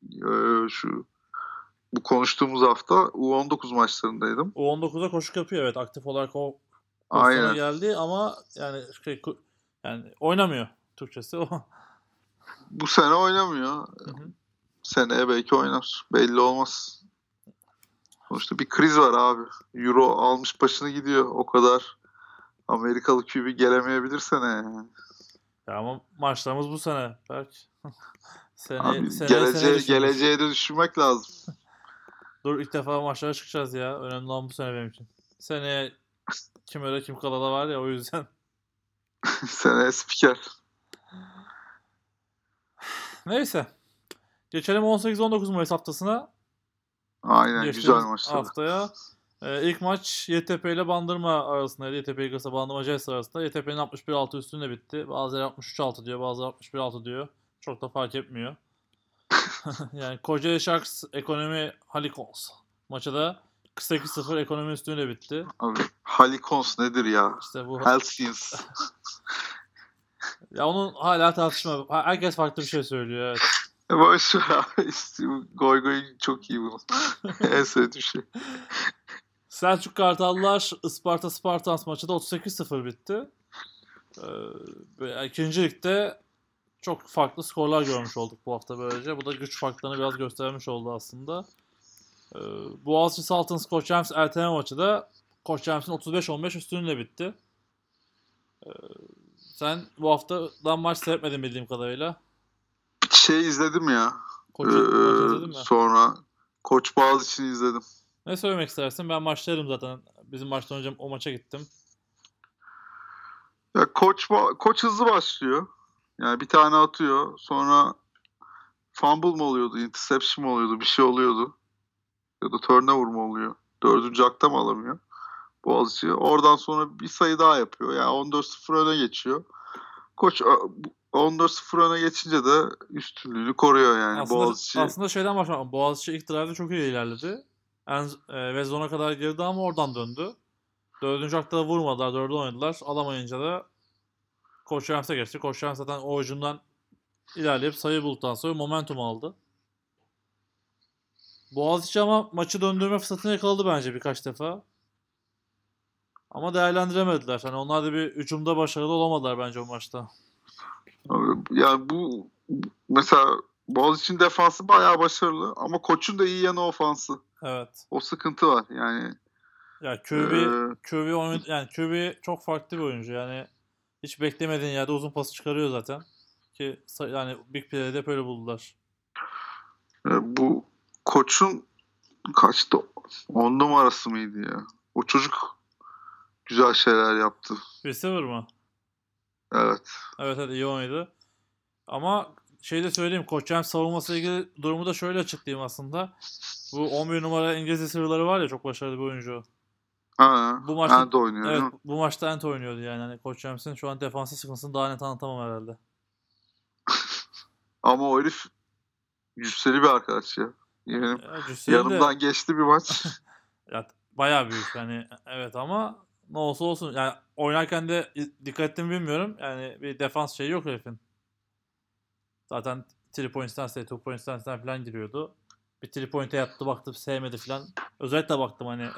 B: Bu konuştuğumuz hafta U19 maçlarındaydım.
A: U19'a koşuk yapıyor evet. Aktif olarak o pozisyona
B: Aynen.
A: geldi ama yani yani oynamıyor Türkçesi o.
B: Bu sene oynamıyor.
A: Hı hı.
B: Seneye belki oynar. Belli olmaz. Sonuçta bir kriz var abi. Euro almış başını gidiyor. O kadar Amerikalı QB gelemeyebilir seneye. Yani.
A: Ya ama maçlarımız bu sene Berk.
B: Abi
A: Seneye düşünürüz.
B: geleceğe de düşünmek lazım.
A: Dur ilk defa maçlara çıkacağız ya. Önemli olan bu sene benim için. Seneye kim öyle kim kala da var ya o yüzden.
B: Seneye spiker.
A: Neyse. Geçelim 18-19 Mayıs haftasına.
B: Aynen güzel
A: Geçtiğimiz
B: maçlar.
A: haftaya. İlk maç YTP ile Bandırma arasındaydı. YTP Yıkasa Bandırma Jazz arasında. YTP'nin 61-6 üstünde bitti. Bazıları 63-6 diyor, bazıları 61-6 diyor. Çok da fark etmiyor. Yani Kocaeli Sharks Ekonomi Halikons maçı da 48-0 ekonomi üstüne bitti.
B: Abi Halikons nedir ya?
A: İşte bu
B: Helsians.
A: ya onun hala tartışma. Herkes farklı bir şey söylüyor. Evet.
B: Boş ver abi. Goy goy çok iyi bunun. En sevdiğim şey.
A: Selçuk Kartallar Isparta Spartans maçı da 38-0 bitti. İkinci ligde çok farklı skorlar görmüş olduk bu hafta böylece. Bu da güç farklarını biraz göstermiş oldu aslında. Ee, Boğaziçi Saltans Koçems erteleme maçı da Koçems'in 35-15 üstünlüğüyle bitti. Ee, Sen bu haftadan maç seyretmedin bildiğim kadarıyla.
B: Şey izledim ya.
A: Koç'un maçı izledin mi?
B: Sonra Koç Boğaziçi'ni izledim.
A: Ne söylemek istersin? Ben maçlarım zaten. Bizim maçtan önce o maça gittim.
B: Ya Koç hızlı başlıyor. Yani bir tane atıyor. Sonra fumble mı oluyordu, interception mı oluyordu, bir şey oluyordu. Ya da turnover mı oluyor? Dördüncü hakta mı alamıyor Boğaziçi? Oradan sonra bir sayı daha yapıyor. Yani 14-0 öne geçiyor. Koç 14-0 öne geçince de üstünlüğünü koruyor yani Boğaziçi.
A: Aslında şeyden başlamak. Boğaziçi ilk drive'de çok iyi ilerledi. Ve zona kadar girdi ama oradan döndü. Dördüncü hakta da vurmadılar. Dördü oynadılar. Alamayınca da Koç Rams'e geçti. Koç Rams zaten o ucundan ilerleyip sayı bulduktan sonra momentum aldı. Boğaziçi ama maçı döndürme fırsatını yakaladı bence birkaç defa. Ama değerlendiremediler. Hani onlar da bir hücumda başarılı olamadılar bence o maçta.
B: Yani bu mesela Boğaziçi'nin defansı bayağı başarılı ama Koç'un da iyi yanı ofansı.
A: Evet.
B: O sıkıntı var yani.
A: Ya
B: Ee,
A: QB çok farklı bir oyuncu. Yani hiç beklemediğin yerde uzun pası çıkarıyor zaten. Ki yani Big Play'de hep öyle buldular.
B: bu Koç'un kaçtı? 10 numarası mıydı ya? O çocuk güzel şeyler yaptı.
A: Receiver mı?
B: Evet.
A: Evet, evet, iyi oynadı. Ama şey de söyleyeyim. Koç James savunmasıyla ilgili durumu da şöyle açıklayayım aslında. Bu 11 numara İngiliz receiver'ları var ya, çok başarılı bir oyuncu.
B: Ha,
A: Bu maçta
B: Ant oynuyor değil
A: evet,
B: mi?
A: bu maçta Ant oynuyordu yani. Hani Koç James'in şu an defansı sıkıntısını daha net anlatamam herhalde.
B: Ama o herif cüsseli bir arkadaş ya. Yani
A: Cüsseli de
B: yanımdan geçti bir maç.
A: ya, bayağı büyük hani, evet, ama ne olsa olsun. Yani oynarken de dikkat ettim bilmiyorum. Yani bir defans şeyi yok herifin. Zaten 3 point stance'e, 2 point stance'den falan giriyordu. Bir 3 point'e yattı, baktım sevmedi falan. Özellikle baktım hani.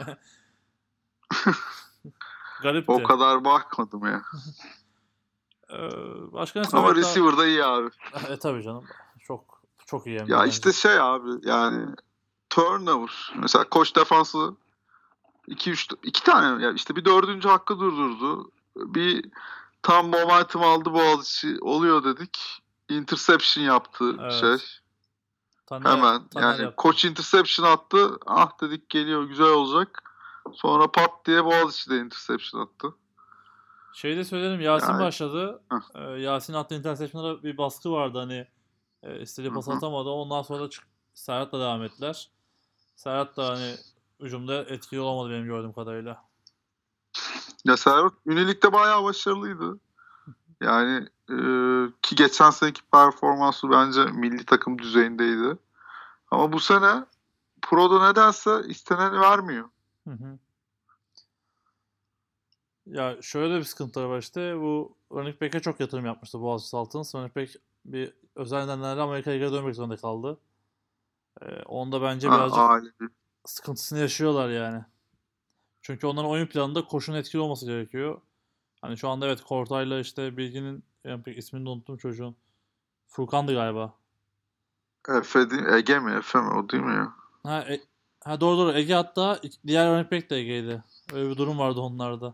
B: O
A: Garipti.
B: kadar bakmadım ya.
A: Ee, Başka ne
B: Ama
A: söylemek daha...
B: receiver da iyi abi.
A: Tabii canım. Çok çok iyi hem de
B: Ya
A: bence.
B: işte şey abi yani turnover. Mesela koç defansı 2 tane ya işte bir dördüncü hakkı durdurdu. Bir tam momentum aldı Boğaziçi oluyor dedik. Interception yaptı şey.
A: Evet.
B: Hemen
A: Taner
B: yani
A: yaptı.
B: koç interception attı. Ah dedik geliyor güzel olacak. Sonra pat diye Boğaziçi de interception attı.
A: Şey de söyleyelim, Yasin
B: Yani
A: başladı.
B: heh,
A: Yasin attığı interception'da bir baskı vardı hani, istediği
B: hı
A: pas
B: hı.
A: atamadı. Ondan sonra da Serhat'la devam ettiler. Serhat da hani hücumda etkili olamadı benim gördüğüm kadarıyla.
B: Ya Serhat Ünilik'te bayağı başarılıydı. Yani ki geçen seneki performansı bence milli takım düzeyindeydi. Ama bu sene Pro'da nedense isteneni vermiyor.
A: Hı hı. Ya şöyle bir sıkıntıları var işte. Bu running back'e çok yatırım yapmıştı Boğaziçi Saltans. Running back bir özel nedenlerle Amerika'ya geri dönmek zorunda kaldı. Onda bence
B: Ha,
A: birazcık
B: ailevi.
A: sıkıntısını yaşıyorlar yani. Çünkü onların oyun planında koşun etkili olması gerekiyor. Hani şu anda evet, Kortay'la işte Bilgi'nin, yani pek ismini de unuttum çocuğun. Furkan'dı galiba.
B: Efe değil, Ege mi? Efe mi? O değil mi ya?
A: Ha, doğru doğru, Ege, hatta diğer running back de Ege'ydi. Öyle bir durum vardı onlarda.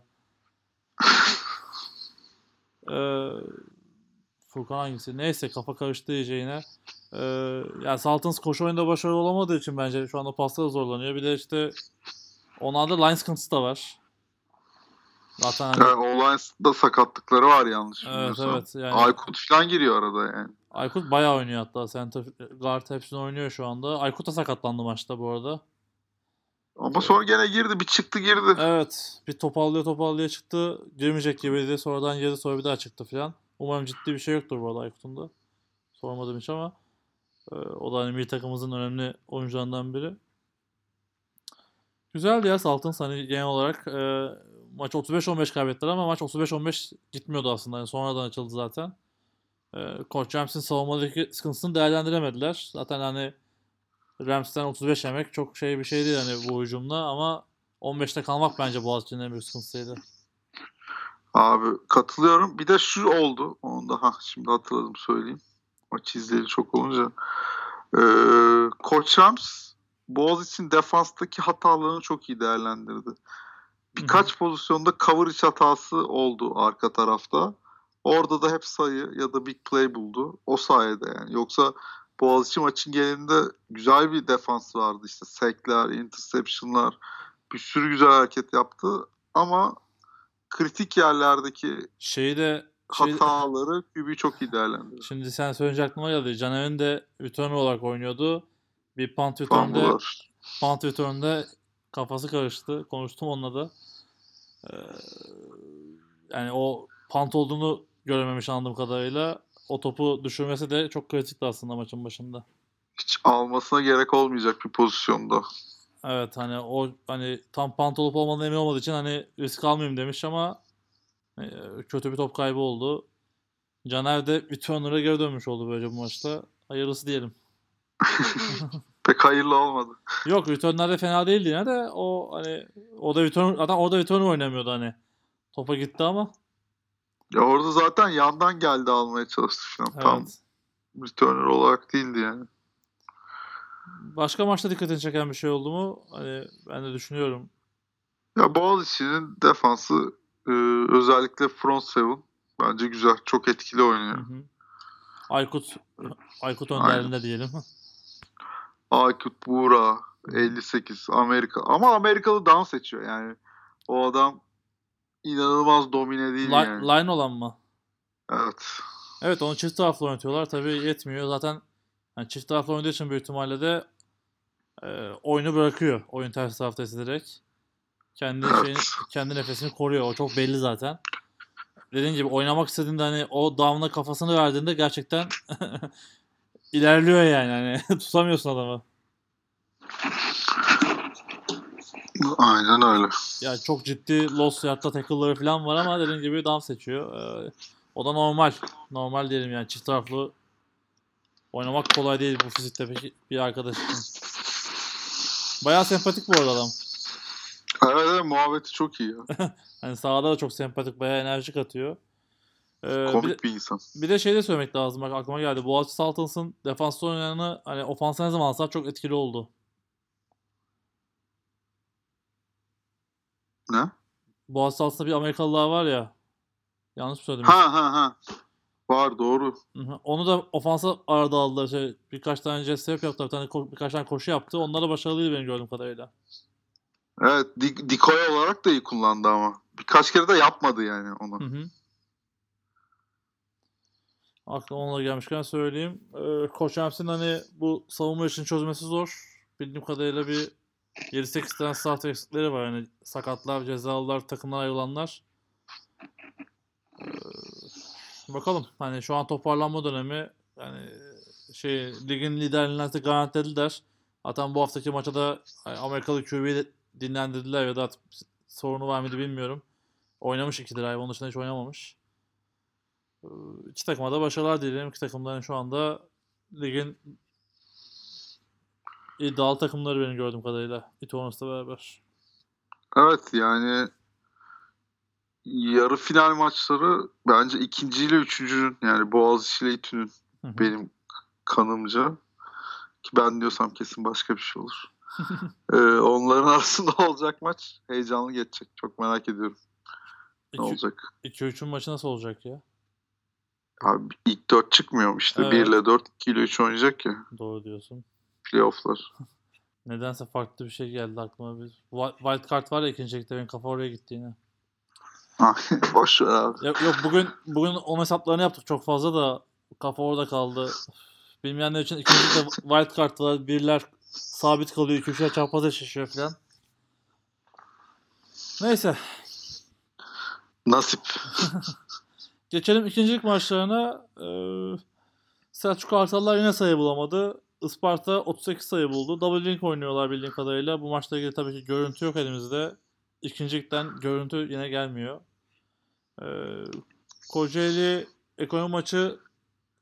A: Ee, Furkan hangisi? Neyse, kafa karıştı yine. Yani Saltans koşu oyunda başarılı olamadığı için bence şu anda pasta da zorlanıyor. Bir de işte onlarda line sıkıntısı da var. Zaten hani,
B: Alliance'da sakatlıkları var yanlış
A: evet,
B: bilmiyorsam.
A: evet, yani
B: Aykut falan giriyor arada yani.
A: Aykut bayağı oynuyor hatta. Center guard hepsini oynuyor şu anda. Aykut da sakatlandı maçta bu arada.
B: Ama
A: Ee,
B: sonra gene girdi. Bir çıktı girdi.
A: evet, bir toparlıyor çıktı. Girmeyecek gibiydi. Sonradan girdi, sonra bir daha çıktı falan. Umarım ciddi bir şey yoktur bu arada Aykut'un da. Sormadım hiç ama. O da hani milli takımımızın önemli oyuncularından biri. Güzeldi ya Saltins, hani genel olarak maç 35-15 kaybettiler ama maç 35-15 gitmiyordu aslında. Yani sonradan açıldı zaten. Koç Rams'in savunmadaki sıkıntısını değerlendiremediler. Zaten hani Rams'ten 35 yemek çok bir şey değil hani bu hücumda ama 15'te kalmak bence Boğaziçi'nin en büyük sıkıntısıydı.
B: Abi katılıyorum. Bir de şu oldu. Onu da şimdi hatırladım söyleyeyim. Maç izleyeli çok olunca. Koç Rams Boğaziçi'nin defanstaki hatalarını çok iyi değerlendirdi. Birkaç pozisyonda coverage hatası oldu arka tarafta. Orada da hep sayı ya da big play buldu. O sayede yani. Yoksa Boğaziçi maçın genelinde güzel bir defans vardı. İşte sackler, interception'lar, bir sürü güzel hareket yaptı. Ama kritik yerlerdeki
A: Şeyi de
B: hataları QB çok iyi değerlendirdi.
A: Şimdi sen söyleyince aklıma geldi. Caner'in de returner olarak oynuyordu. Bir
B: Fumble.
A: punt return'de kafası karıştı. Konuştum onunla da. Ee, Yani o punt olduğunu görememiş anladığım kadarıyla. O topu düşürmesi de çok kritikti aslında maçın başında.
B: Hiç almasına gerek olmayacak bir pozisyonda.
A: Evet hani o hani tam punt olup olmadığına emin olmadığı için hani risk almayayım demiş ama kötü bir top kaybı oldu. Caner de returner'a geri dönmüş oldu böylece bu maçta. Hayırlısı diyelim.
B: Pek hayırlı olmadı.
A: Yok return'ler de fena değildi yine de o hani o da return oynamıyordu hani. Topa gitti ama.
B: Ya orada zaten yandan geldi almaya çalıştı falan. Tam
A: Evet.
B: returner olarak değildi yani.
A: Başka maçta dikkatini çeken bir şey oldu mu? Hani ben de düşünüyorum.
B: Ya Boğaziçi'nin defansı özellikle front seven bence güzel. Çok etkili
A: Hı
B: oynuyor.
A: hı. Aykut Aykut
B: Aynen.
A: önderliğinde diyelim.
B: Aykut, Buğra,
A: Hı hı.
B: 58 Amerika. Ama Amerikalı down seçiyor yani. O adam inanılmaz domine değil yani.
A: Line olan mı?
B: Evet.
A: Evet onu çift taraflı oynatıyorlar. Tabii yetmiyor. Zaten yani çift taraflı oynadığı için büyük ihtimalle de oyunu bırakıyor. Oyun ters tarafta direkt.
B: Evet.
A: Kendi nefesini koruyor. O çok belli zaten. Dediğin gibi oynamak istediğinde hani o down'a kafasını verdiğinde gerçekten ilerliyor yani. Hani tutamıyorsun adamı.
B: Aynen öyle.
A: Yani çok ciddi loss yardta tackle'ları falan var ama dediğin gibi down seçiyor. O da normal. Normal diyelim yani çift taraflı oynamak kolay değil bu fizikte peki bir arkadaş için. Bayağı sempatik bu arada adam.
B: Evet, evet, muhabbeti çok iyi ya.
A: Hani sahada da çok sempatik, bayağı enerjik atıyor.
B: Komik bir insan.
A: Bir de şey de söylemek lazım. Bak aklıma geldi. Boğaziçi Saltins'ın defansta oynayanı hani ofansa ne zaman alsa çok etkili oldu.
B: Ne?
A: Boğaziçi Saltins'ta bir Amerikalılar var ya. Yanlış mı söyledim
B: Ha
A: hiç?
B: ha ha. Var doğru.
A: Hı hı. Onu da ofansa arada aldılar. Birkaç tane jet sweep yaptı. Birkaç tane koşu yaptı. Onlar da başarılıydı benim gördüğüm kadarıyla.
B: Evet, decoy olarak da iyi kullandı ama. Birkaç kere de yapmadı yani onu.
A: Hı hı. Aklıma onunla gelmişken söyleyeyim. Koç Rams'in hani bu savunma işini çözmesi zor. Bildiğim kadarıyla bir 7-8 tane start eksikleri var. Yani sakatlar, cezalılar, takımdan ayrılanlar. Bakalım. Hani şu an toparlanma dönemi. Yani ligin liderliğini artık garantilediler. Zaten bu haftaki maçta da Amerikalı QB'yi dinlendirdiler ya da artık sorunu var mıydı bilmiyorum. Oynamış 2 drive. Onun dışında hiç oynamamış. Ee, İki takıma da başarılar dilerim. İki takımların şu anda ligin iddialı takımları benim gördüğüm kadarıyla. İTONUS'la beraber.
B: Evet yani yarı final maçları bence ikinciyle üçüncünün yani Boğaziçi ile İTÜ'nün
A: Hı hı.
B: benim kanımca. Ki ben diyorsam kesin başka bir şey olur. Onların arasında olacak maç heyecanlı geçecek. Çok merak ediyorum ne olacak.
A: 2-3'ün maçı nasıl olacak ya?
B: Abi ilk 4 çıkmıyor mu işte? 1
A: Evet.
B: ile 4, 2 ile 3 oynayacak ya.
A: Doğru diyorsun.
B: Playoff'lar.
A: Nedense farklı bir şey geldi aklıma. Wild card var ya ikinci ligde benim kafa oraya gitti yine.
B: Boş ver abi.
A: Yok bugün onun hesaplarını yaptık çok fazla da kafa orada kaldı. Bilmeyenler için ikinci ligde wild card var. Birler sabit kalıyor. 2-3'ler çapraz eşleşiyor falan. Neyse.
B: Nasip.
A: Geçelim ikincilik maçlarına. Selçuk Kartallar yine sayı bulamadı. Isparta 38 sayı buldu. Double link oynuyorlar bildiğim kadarıyla. Bu maçla ilgili tabii ki görüntü yok elimizde. İkincilikten görüntü yine gelmiyor. Ee, Kocaeli ekonomi maçı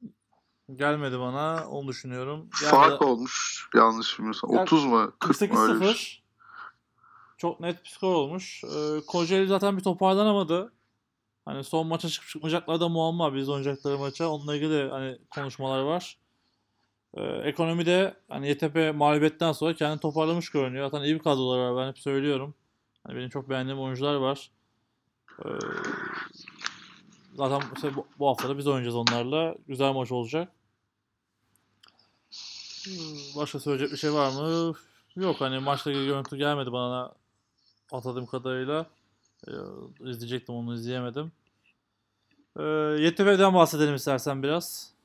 A: Gelmedi bana. Onu düşünüyorum.
B: Fark olmuş. Yanlış bilmiyorsam.
A: Ya,
B: 30 mu? 40 mı? Öyle bir şey.
A: 48-0. Çok net bir skor olmuş. Kocaeli zaten bir toparlanamadı. Hani son maça çıkmayacaklar da muamma biz oynayacakları maça. Onunla ilgili de hani konuşmalar var. Ekonomide hani YTP mağlubiyetten sonra kendini toparlamış görünüyor. Zaten iyi bir kadroları var ben hep söylüyorum. Hani benim çok beğendiğim oyuncular var. Ee, Zaten işte bu hafta da biz oynayacağız onlarla. Güzel maç olacak. Başka söyleyecek bir şey var mı? Yok hani maçla ilgili görüntü gelmedi bana atladığım kadarıyla. Ee, izleyecektim onu izleyemedim. YTP'den bahsedelim istersen biraz.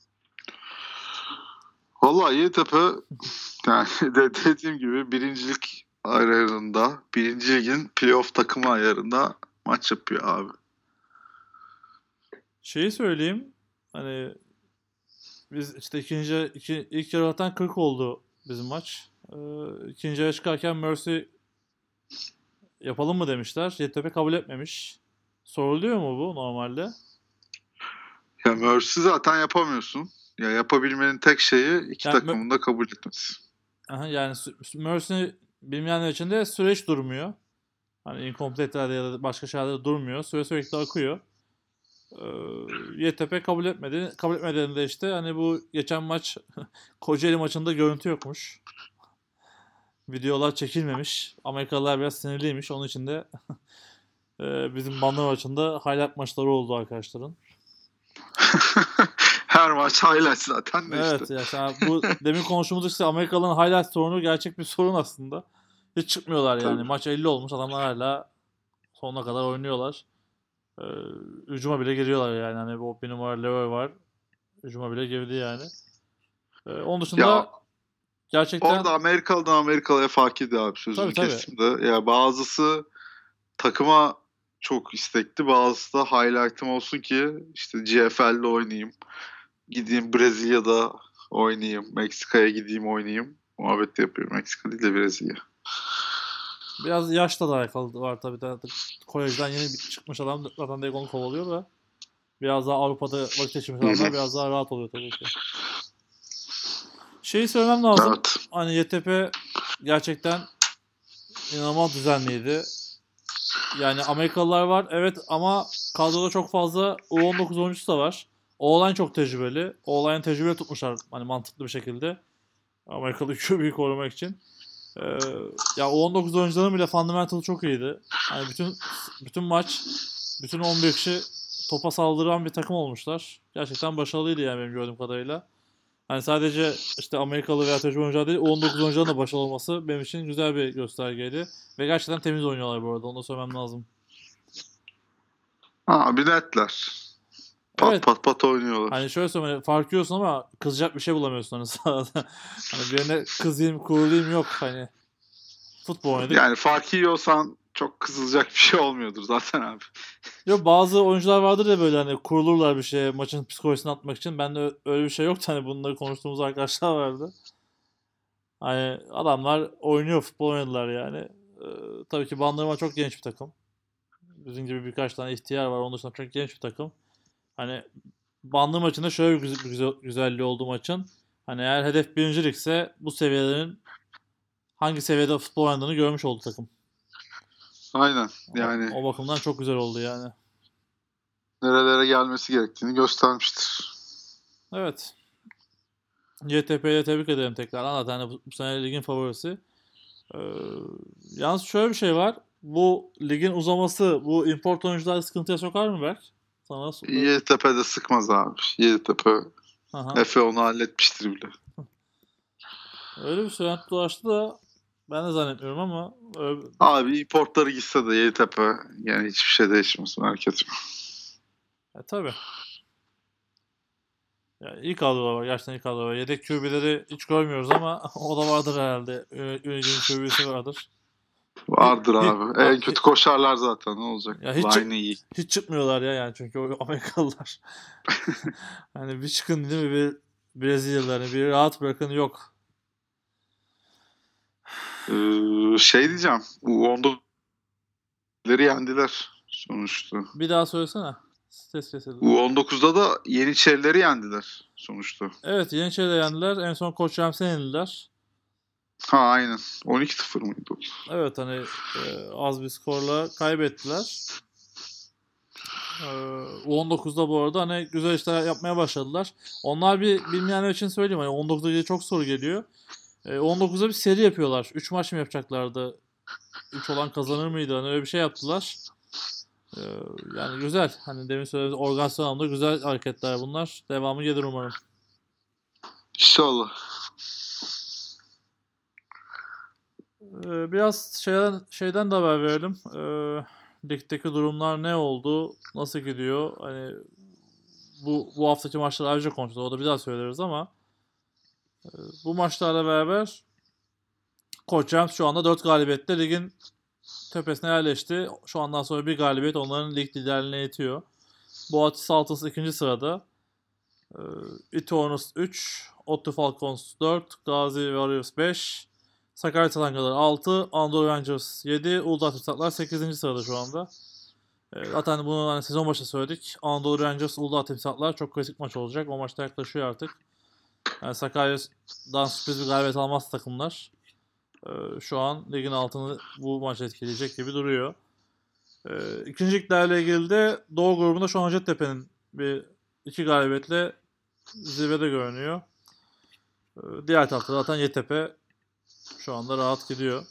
B: Vallahi YTP yani dediğim gibi birincilik ayarında, birinci ligin playoff takımı ayarında maç yapıyor abi.
A: Şeyi söyleyeyim. Hani biz işte ilk yarı zaten 40 oldu bizim maç. İkinci yarı çıkarken Mercy yapalım mı demişler. YTP kabul etmemiş. Soruluyor mu bu normalde?
B: Ya Mercy zaten yapamıyorsun. Ya yapabilmenin tek şeyi iki
A: Yani,
B: takımın da kabul etmesi.
A: aha, yani Mercy bilmeyenler için de süreç durmuyor. Hani incomplete'lerde ya da başka şeylerde durmuyor. Süre sürekli akıyor. YTP kabul etmedi. Kabul etmediğinde işte hani bu geçen maç Kocaeli maçında görüntü yokmuş. Videolar çekilmemiş. Amerikalılar biraz sinirliymiş. Onun için de bizim Banlar maçında highlight maçları oldu arkadaşların.
B: Her maç highlight zaten de
A: Evet
B: işte.
A: ya bu demin konuştuğumuz işte Amerikalıların highlight sorunu gerçek bir sorun aslında. Hiç çıkmıyorlar yani.
B: Tabii.
A: Maç 50 olmuş adamlar hala sonuna kadar oynuyorlar. Ee, Hücuma bile giriyorlar yani. Hani bu bir numara Leroy var. Hücuma bile girdi yani. Onun
B: Ya
A: dışında gerçekten
B: orada Amerikalı'dan Amerikalı'ya fark ediyor abi,
A: tabii
B: sözünü
A: tabii.
B: kestim de. Ya bazısı takıma çok istekli, bazısı da highlight'ım olsun ki işte GFL'de oynayayım. Gideyim Brezilya'da oynayayım. Meksika'ya gideyim oynayayım. Muhabbet yapıyorum. Meksika değil de Brezilya.
A: Biraz yaşla da alakalı var tabii. Kolejden yeni çıkmış adam zaten direkt onu kovalıyor da. Biraz daha Avrupa'da vakit geçirmiş
B: Hı hı.
A: adamlar biraz daha rahat oluyor tabii ki. Şeyi söylemem lazım.
B: Evet.
A: Hani YTP gerçekten inanılmaz düzenliydi. Yani Amerikalılar var evet ama kadroda çok fazla U19 oyuncusu da var. Oğlan çok tecrübeli. Oğlan'ı tecrübeli tutmuşlar hani mantıklı bir şekilde. Amerikalı QB'yi korumak için. Ee, Ya U19 oyuncuların bile fundamental çok iyiydi. Hani bütün maç bütün 11 kişi topa saldıran bir takım olmuşlar. Gerçekten başarılıydı yani benim gördüğüm kadarıyla. Hani sadece işte Amerikalı veya tecrübeli oyuncular değil, U19 oyuncuların da başarılı olması benim için güzel bir göstergeydi. Ve gerçekten temiz oynuyorlar bu arada, onu da söylemem lazım.
B: Abi netler. Pat
A: Evet,
B: pat pat oynuyorlar.
A: hani şöyle söyleyeyim, hani fark yiyorsun ama kızacak bir şey bulamıyorsun hani sahada. Hani birine kızayım, kurulayım yok hani. Futbol oynadık.
B: Yani fark yiyorsan çok kızılacak bir şey olmuyordur zaten abi.
A: Yok bazı oyuncular vardır ya böyle hani kurulurlar bir şeye maçın psikolojisini atmak için. Bende öyle bir şey yoktu hani bunları konuştuğumuz arkadaşlar vardı. Hani adamlar oynuyor futbol oynadılar yani. Tabii ki Bandırma çok genç bir takım. Bizim gibi birkaç tane ihtiyar var. Onun dışında çok genç bir takım. Hani Bandırma maçında şöyle bir güzelliği oldu maçın. Hani eğer hedef birincilikse bu seviyelerin hangi seviyede futbol oynadığını görmüş oldu takım.
B: Aynen.
A: O,
B: Yani
A: o bakımdan çok güzel oldu yani.
B: nerelere gelmesi gerektiğini göstermiştir.
A: Evet. YTP'ye tebrik ederim tekrardan. Zaten hani bu sene ligin favorisi. Ee, Yalnız şöyle bir şey var. Bu ligin uzaması bu import oyuncuları sıkıntıya sokar mı Berk? Sana
B: Yeditepe'de sıkmaz abi. Yeditepe
A: aha.
B: Efe onu halletmiştir bile.
A: Öyle bir söylenti dolaştı da ben de zannetmiyorum ama
B: Abi importları gitse de Yeditepe yani hiçbir şey değişmez, merak etme.
A: tabii. Yani iyi kadro var. Gerçekten iyi kadro var. Yedek QB'leri hiç görmüyoruz ama o da vardır herhalde. Ünlü'nün QB'si vardır.
B: Vardır abi. En
A: Bak
B: kötü koşarlar zaten, ne olacak?
A: ya
B: Line iyi.
A: hiç çıkmıyorlar ya yani çünkü o Amerikalılar. Hani bir çıkın değil mi bir Brezilyalıları bir rahat bırakın yok.
B: Şey diyeceğim. Bu U19'ları yendiler sonuçta.
A: Bir daha söylesene. Ses kesildi.
B: U19'da da Yeniçerileri yendiler sonuçta.
A: Evet, Yeniçeri'yi de yendiler. En son Koç Rams'e yenildiler.
B: Ha aynen. 12-0 mıydı o?
A: Evet, hani az bir skorla kaybettiler. U19'da bu arada hani güzel işler yapmaya başladılar. Onlar bilmeyenler için söyleyeyim. Hani 19'da ilgili çok soru geliyor. 19'da bir seri yapıyorlar. 3 maç mı yapacaklardı? 3 olan kazanır mıydı? Hani öyle bir şey yaptılar. Ee, Yani güzel. Hani demin söylediğim organizasyon anlamda güzel hareketler bunlar. Devamı gelir umarım.
B: İnşallah.
A: Biraz şeyden de haber verelim. Ligdeki durumlar ne oldu? Nasıl gidiyor? Hani bu haftaki maçları ayrıca konuşacağız. O da bir daha söyleriz ama bu maçlarla beraber Koç Rams şu anda 4 galibiyetle ligin tepesine yerleşti. Şu andan sonra bir galibiyet onların lig liderliğine yetiyor. Boğaziçi Saltası 2. sırada. Ee, Itoğunus 3, ODTÜ Falcons 4, Gazi Warriors 5, Sakarya Talangalar 6, Anadolu Rangers 7, Uludağ Timsahlar 8. sırada şu anda. Zaten bunu hani sezon başı söyledik. Anadolu Rangers, Uludağ Timsahlar çok kritik maç olacak. O maçta yaklaşıyor artık. Yani Sakarya'dan sürpriz bir galibiyet almaz takımlar. Şu an ligin altını bu maç etkileyecek gibi duruyor. İkinciliklerle ilgili de Doğu grubunda şu an Hacettepe'nin bir 2 galibiyetle zirvede görünüyor. Diğer tarafta zaten YTP şu anda rahat gidiyor.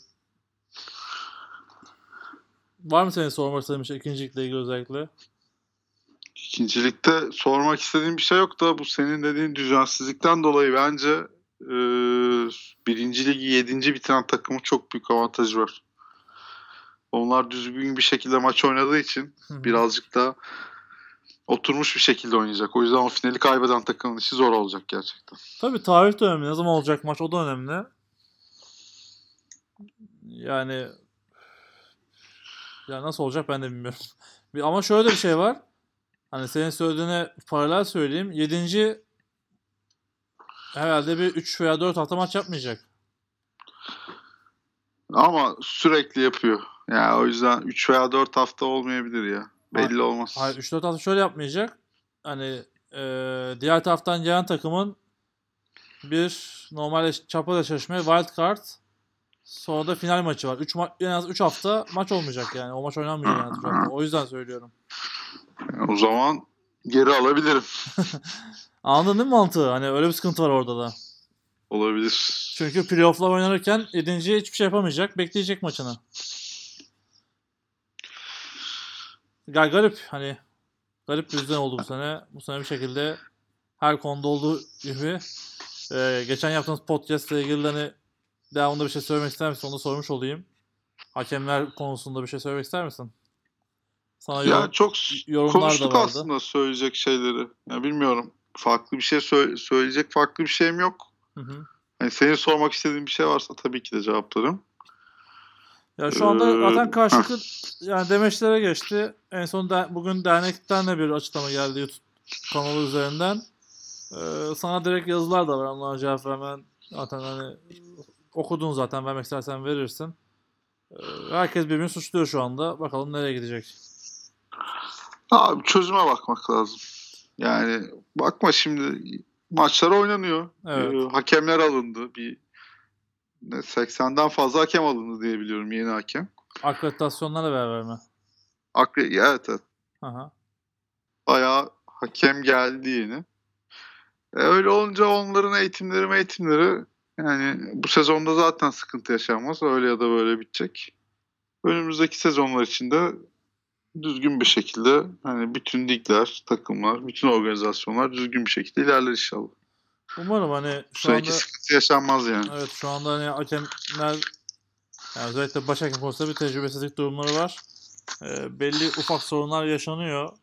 A: Var mı senin sormak istediğin bir şey ikincilikle ilgili özellikle?
B: İkincilikte sormak istediğim bir şey yok da bu senin dediğin düzensizlikten dolayı bence birinci ligi 7. bitiren takımın çok büyük avantajı var. Onlar düzgün bir şekilde maç oynadığı için birazcık da oturmuş bir şekilde oynayacak. O yüzden o finali kaybeden takımın işi zor olacak gerçekten.
A: Tabii tarih de önemli. Ne zaman olacak maç o da önemli. Yani nasıl olacak ben de bilmiyorum. Ama şöyle de bir şey var. Hani senin söylediğine paralel söyleyeyim. 7. herhalde bir 3 veya 4 hafta maç yapmayacak.
B: Ama sürekli yapıyor. Yani o yüzden 3 veya 4 hafta olmayabilir ya. Belli olmaz.
A: Hayır 3-4 hafta şöyle yapmayacak. Hani diğer taraftan gelen takımın bir normal çapa eşleşme wild card sonra da final maçı var. En az 3 hafta maç olmayacak yani. O maç oynanmayacak en az 3 hafta. O yüzden söylüyorum.
B: O zaman geri alabilirim.
A: Anladın değil mi mantığı? Hani öyle bir sıkıntı var orada da.
B: Olabilir.
A: Çünkü playoff'lar oynanırken 7.'ye hiçbir şey yapamayacak. Bekleyecek maçını. Garip hani garip bir düzen oldu bu sene. Bu sene bir şekilde her konuda olduğu gibi geçen yaptığımız podcast ile ilgili hani devamında bir şey söylemek ister misin? Onu da sormuş olayım. Hakemler konusunda bir şey söylemek ister misin? Sana
B: Ya çok
A: yorumlar da
B: konuştuk
A: vardı.
B: aslında söyleyecek şeyleri. Ya bilmiyorum. Farklı bir şey söyleyecek farklı bir şeyim yok.
A: Hı hı.
B: Yani senin sormak istediğin bir şey varsa tabii ki de cevaplarım.
A: Ya şu anda zaten karşılıklı
B: Heh.
A: yani demeçlere geçti. En son bugün dernekten de bir açıklama geldi YouTube kanalı üzerinden. Sana direkt yazılar da var. Onlara cevap vermen zaten hani okudun zaten vermek istersen verirsin. Herkes birbirini suçluyor şu anda. Bakalım nereye gidecek.
B: Abi çözüme bakmak lazım. Yani bakma şimdi maçlar oynanıyor.
A: Evet.
B: Hakemler alındı. 80'den fazla hakem alındı diye biliyorum, yeni hakem.
A: Akreditasyonlarla beraber mi?
B: Evet, evet.
A: Aha.
B: Bayağı hakem geldi yeni. Öyle olunca onların eğitimleri yani bu sezonda zaten sıkıntı yaşanmaz. Öyle ya da böyle bitecek. Önümüzdeki sezonlar içinde düzgün bir şekilde hani bütün ligler, takımlar, bütün organizasyonlar düzgün bir şekilde ilerler inşallah.
A: Umarım hani
B: Bu
A: şu
B: seneki
A: anda
B: sıkıntı yaşanmaz yani.
A: evet şu anda hani hakemler yani özellikle baş hakem konusunda bir tecrübesizlik durumları var. Belli ufak sorunlar yaşanıyor.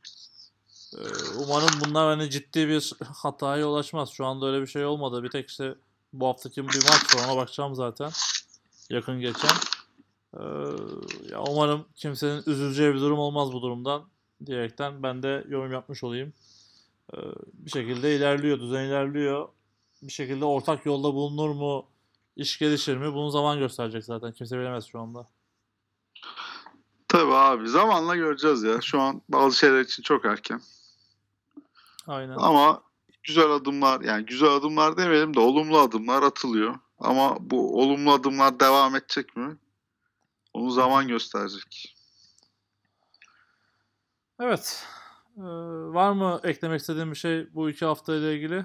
A: Umarım bunlar hani ciddi bir hataya yol açmaz. Şu anda öyle bir şey olmadı. Bir tek işte bu haftaki bir maç var ona bakacağım zaten. Yakın geçen. Ee, Ya umarım kimsenin üzüleceği bir durum olmaz bu durumdan diyerekten ben de yorum yapmış olayım. Bir şekilde ilerliyor, düzen ilerliyor. Bir şekilde ortak yolda bulunur mu, iş gelişir mi? Bunu zaman gösterecek zaten. Kimse bilemez şu anda.
B: Tabii abi, zamanla göreceğiz ya. Şu an bazı şeyler için çok erken.
A: Aynen.
B: Ama güzel adımlar, yani güzel adımlar demeyelim de olumlu adımlar atılıyor. Ama bu olumlu adımlar devam edecek mi? Onu zaman gösterecek.
A: Evet. Var mı eklemek istediğin bir şey bu 2 hafta ile ilgili?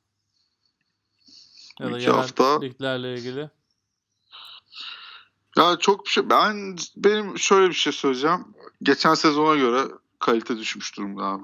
A: Ya da
B: 2
A: genel
B: hafta.
A: liglerle ilgili?
B: Ya çok bir şey. Benim şöyle bir şey söyleyeceğim. Geçen sezona göre kalite düşmüş durumda abi.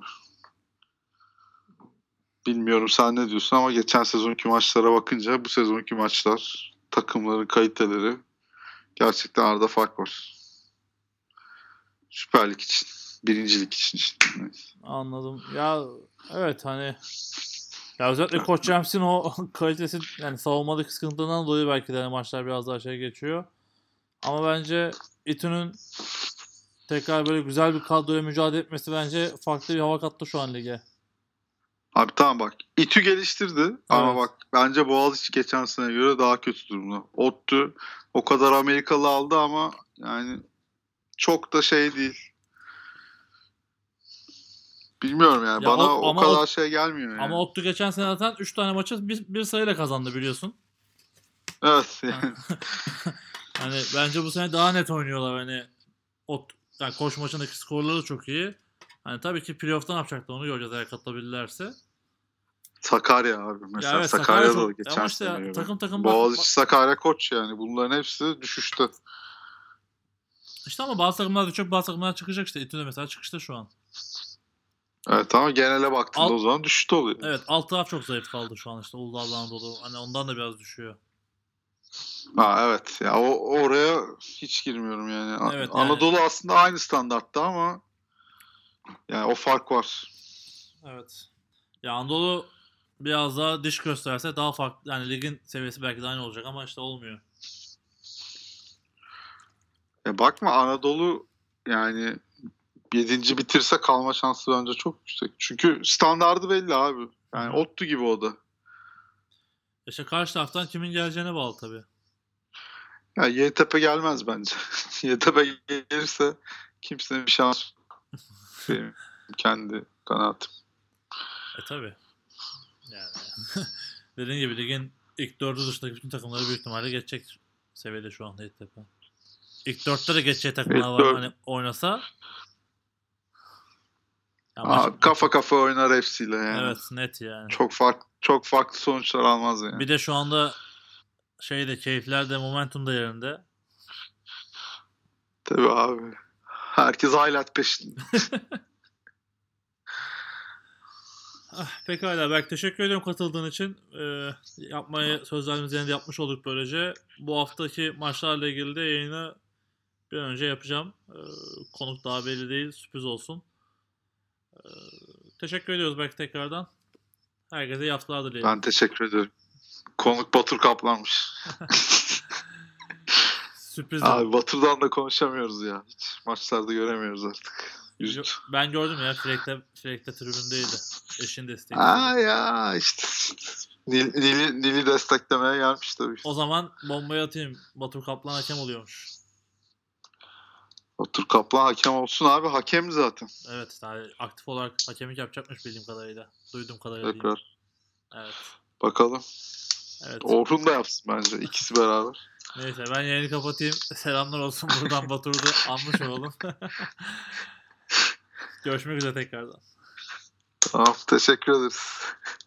B: Bilmiyorum sen ne diyorsun ama geçen sezonki maçlara bakınca bu sezonki maçlar, takımların kaliteleri gerçekten arada fark var. Süper Lig için, birincilik için işte.
A: Anladım. Ya evet hani ya özellikle Koç James'in o kalitesi yani savunmadaki sıkıntından dolayı belki de hani maçlar biraz daha şey geçiyor. Ama bence İTÜ'nün tekrar böyle güzel bir kadroya mücadele etmesi bence farklı bir hava kattı şu an lige.
B: Abi tamam bak. İTÜ geliştirdi ama
A: Evet.
B: bak bence Boğaziçi geçen sene göre daha kötü durumda. ODTÜ o kadar Amerikalı aldı ama yani çok da şey değil. Bilmiyorum yani
A: Ya
B: bana
A: o,
B: o
A: ama
B: kadar
A: o,
B: şey gelmiyor
A: ama
B: yani.
A: Ottu geçen sene zaten 3 tane maçı bir sayıyla kazandı biliyorsun.
B: Evet yani.
A: Hani bence bu sene daha net oynuyorlar hani yani koç maçındaki skorları çok iyi. Hani tabii ki playoff'ta ne yapacaklar onu göreceğiz eğer katılabilirlerse.
B: Sakarya abi
A: Ya
B: mesela.
A: evet Sakarya
B: Sakarya'da da
A: çok ama
B: geçen
A: işte
B: sene göre.
A: takım
B: Boğaziçi, Sakarya, Koç yani. Bunların hepsi düşüşte.
A: işte ama bazı takımlar düşecek bazı takımlar çıkacak işte. İTÜ'de mesela çıkışta şu an.
B: Evet ama genele baktığında o
A: Alt,
B: zaman düşüşte oluyor.
A: evet alt taraf çok zayıf kaldı şu an işte Uludağ Anadolu. Hani ondan da biraz düşüyor.
B: Ha evet. Ya oraya hiç girmiyorum yani.
A: Evet yani
B: Anadolu aslında aynı standartta ama yani o fark var.
A: evet. Ya Anadolu biraz daha diş gösterse daha farklı yani ligin seviyesi belki de aynı olacak ama işte olmuyor.
B: Bakma Anadolu yani 7. bitirse kalma şansı bence çok yüksek. Çünkü standardı belli abi.
A: Hı
B: Yani
A: hı.
B: ODTÜ gibi o da.
A: İşte karşı taraftan kimin geleceğine bağlı tabii.
B: Ya YTP gelmez bence. YTP gelirse kimsenin bir şansı yok. Benim kendi kanaatim.
A: Tabii. Yani dediğin gibi ligin ilk dördü dışındaki bütün takımları büyük ihtimalle geçecek seviyede şu anda HTTP. İlk dörtte de geçeceği takımlar
B: İlk
A: var
B: dört.
A: hani oynasa. Ya maç
B: Kafa kafa oynar hepsiyle yani.
A: evet net yani.
B: Çok farklı sonuçlar almaz yani.
A: Bir de şu anda şeyde keyifler de momentum da yerinde.
B: Tabii abi. Herkes highlight peşinde.
A: Pekala Berk teşekkür ediyorum katıldığın için. Yapmayı söz verdiğimiz yerinde yapmış olduk böylece. Bu haftaki maçlarla ilgili de yayını bir an önce yapacağım. Konuk daha belli değil sürpriz olsun. Ee, Teşekkür ediyoruz Berk tekrardan. Herkese iyi haftalar dileyelim.
B: Ben teşekkür ederim. Konuk Batur Kaplan'mış.
A: Sürpriz de
B: Abi Batur'dan da konuşamıyoruz ya. Hiç maçlarda göremiyoruz artık. Üzücü.
A: ben gördüm ya Frek'te tribündeydi. Eşin destekledi.
B: Ya işte. Nil'i desteklemeye gelmiş tabii.
A: O zaman bombayı atayım. Batur Kaplan hakem oluyormuş.
B: Batur Kaplan hakem olsun abi. Hakem zaten.
A: Evet yani aktif olarak hakemlik yapacakmış bildiğim kadarıyla. Duyduğum kadarıyla diyeyim.
B: Tekrar.
A: Evet.
B: Bakalım.
A: Evet.
B: Orhun da yapsın bence. İkisi beraber.
A: Neyse ben yayını kapatayım. Selamlar olsun buradan Batur'u da anmış olalım. Görüşmek üzere tekrardan.
B: Tamam. Teşekkür ederiz.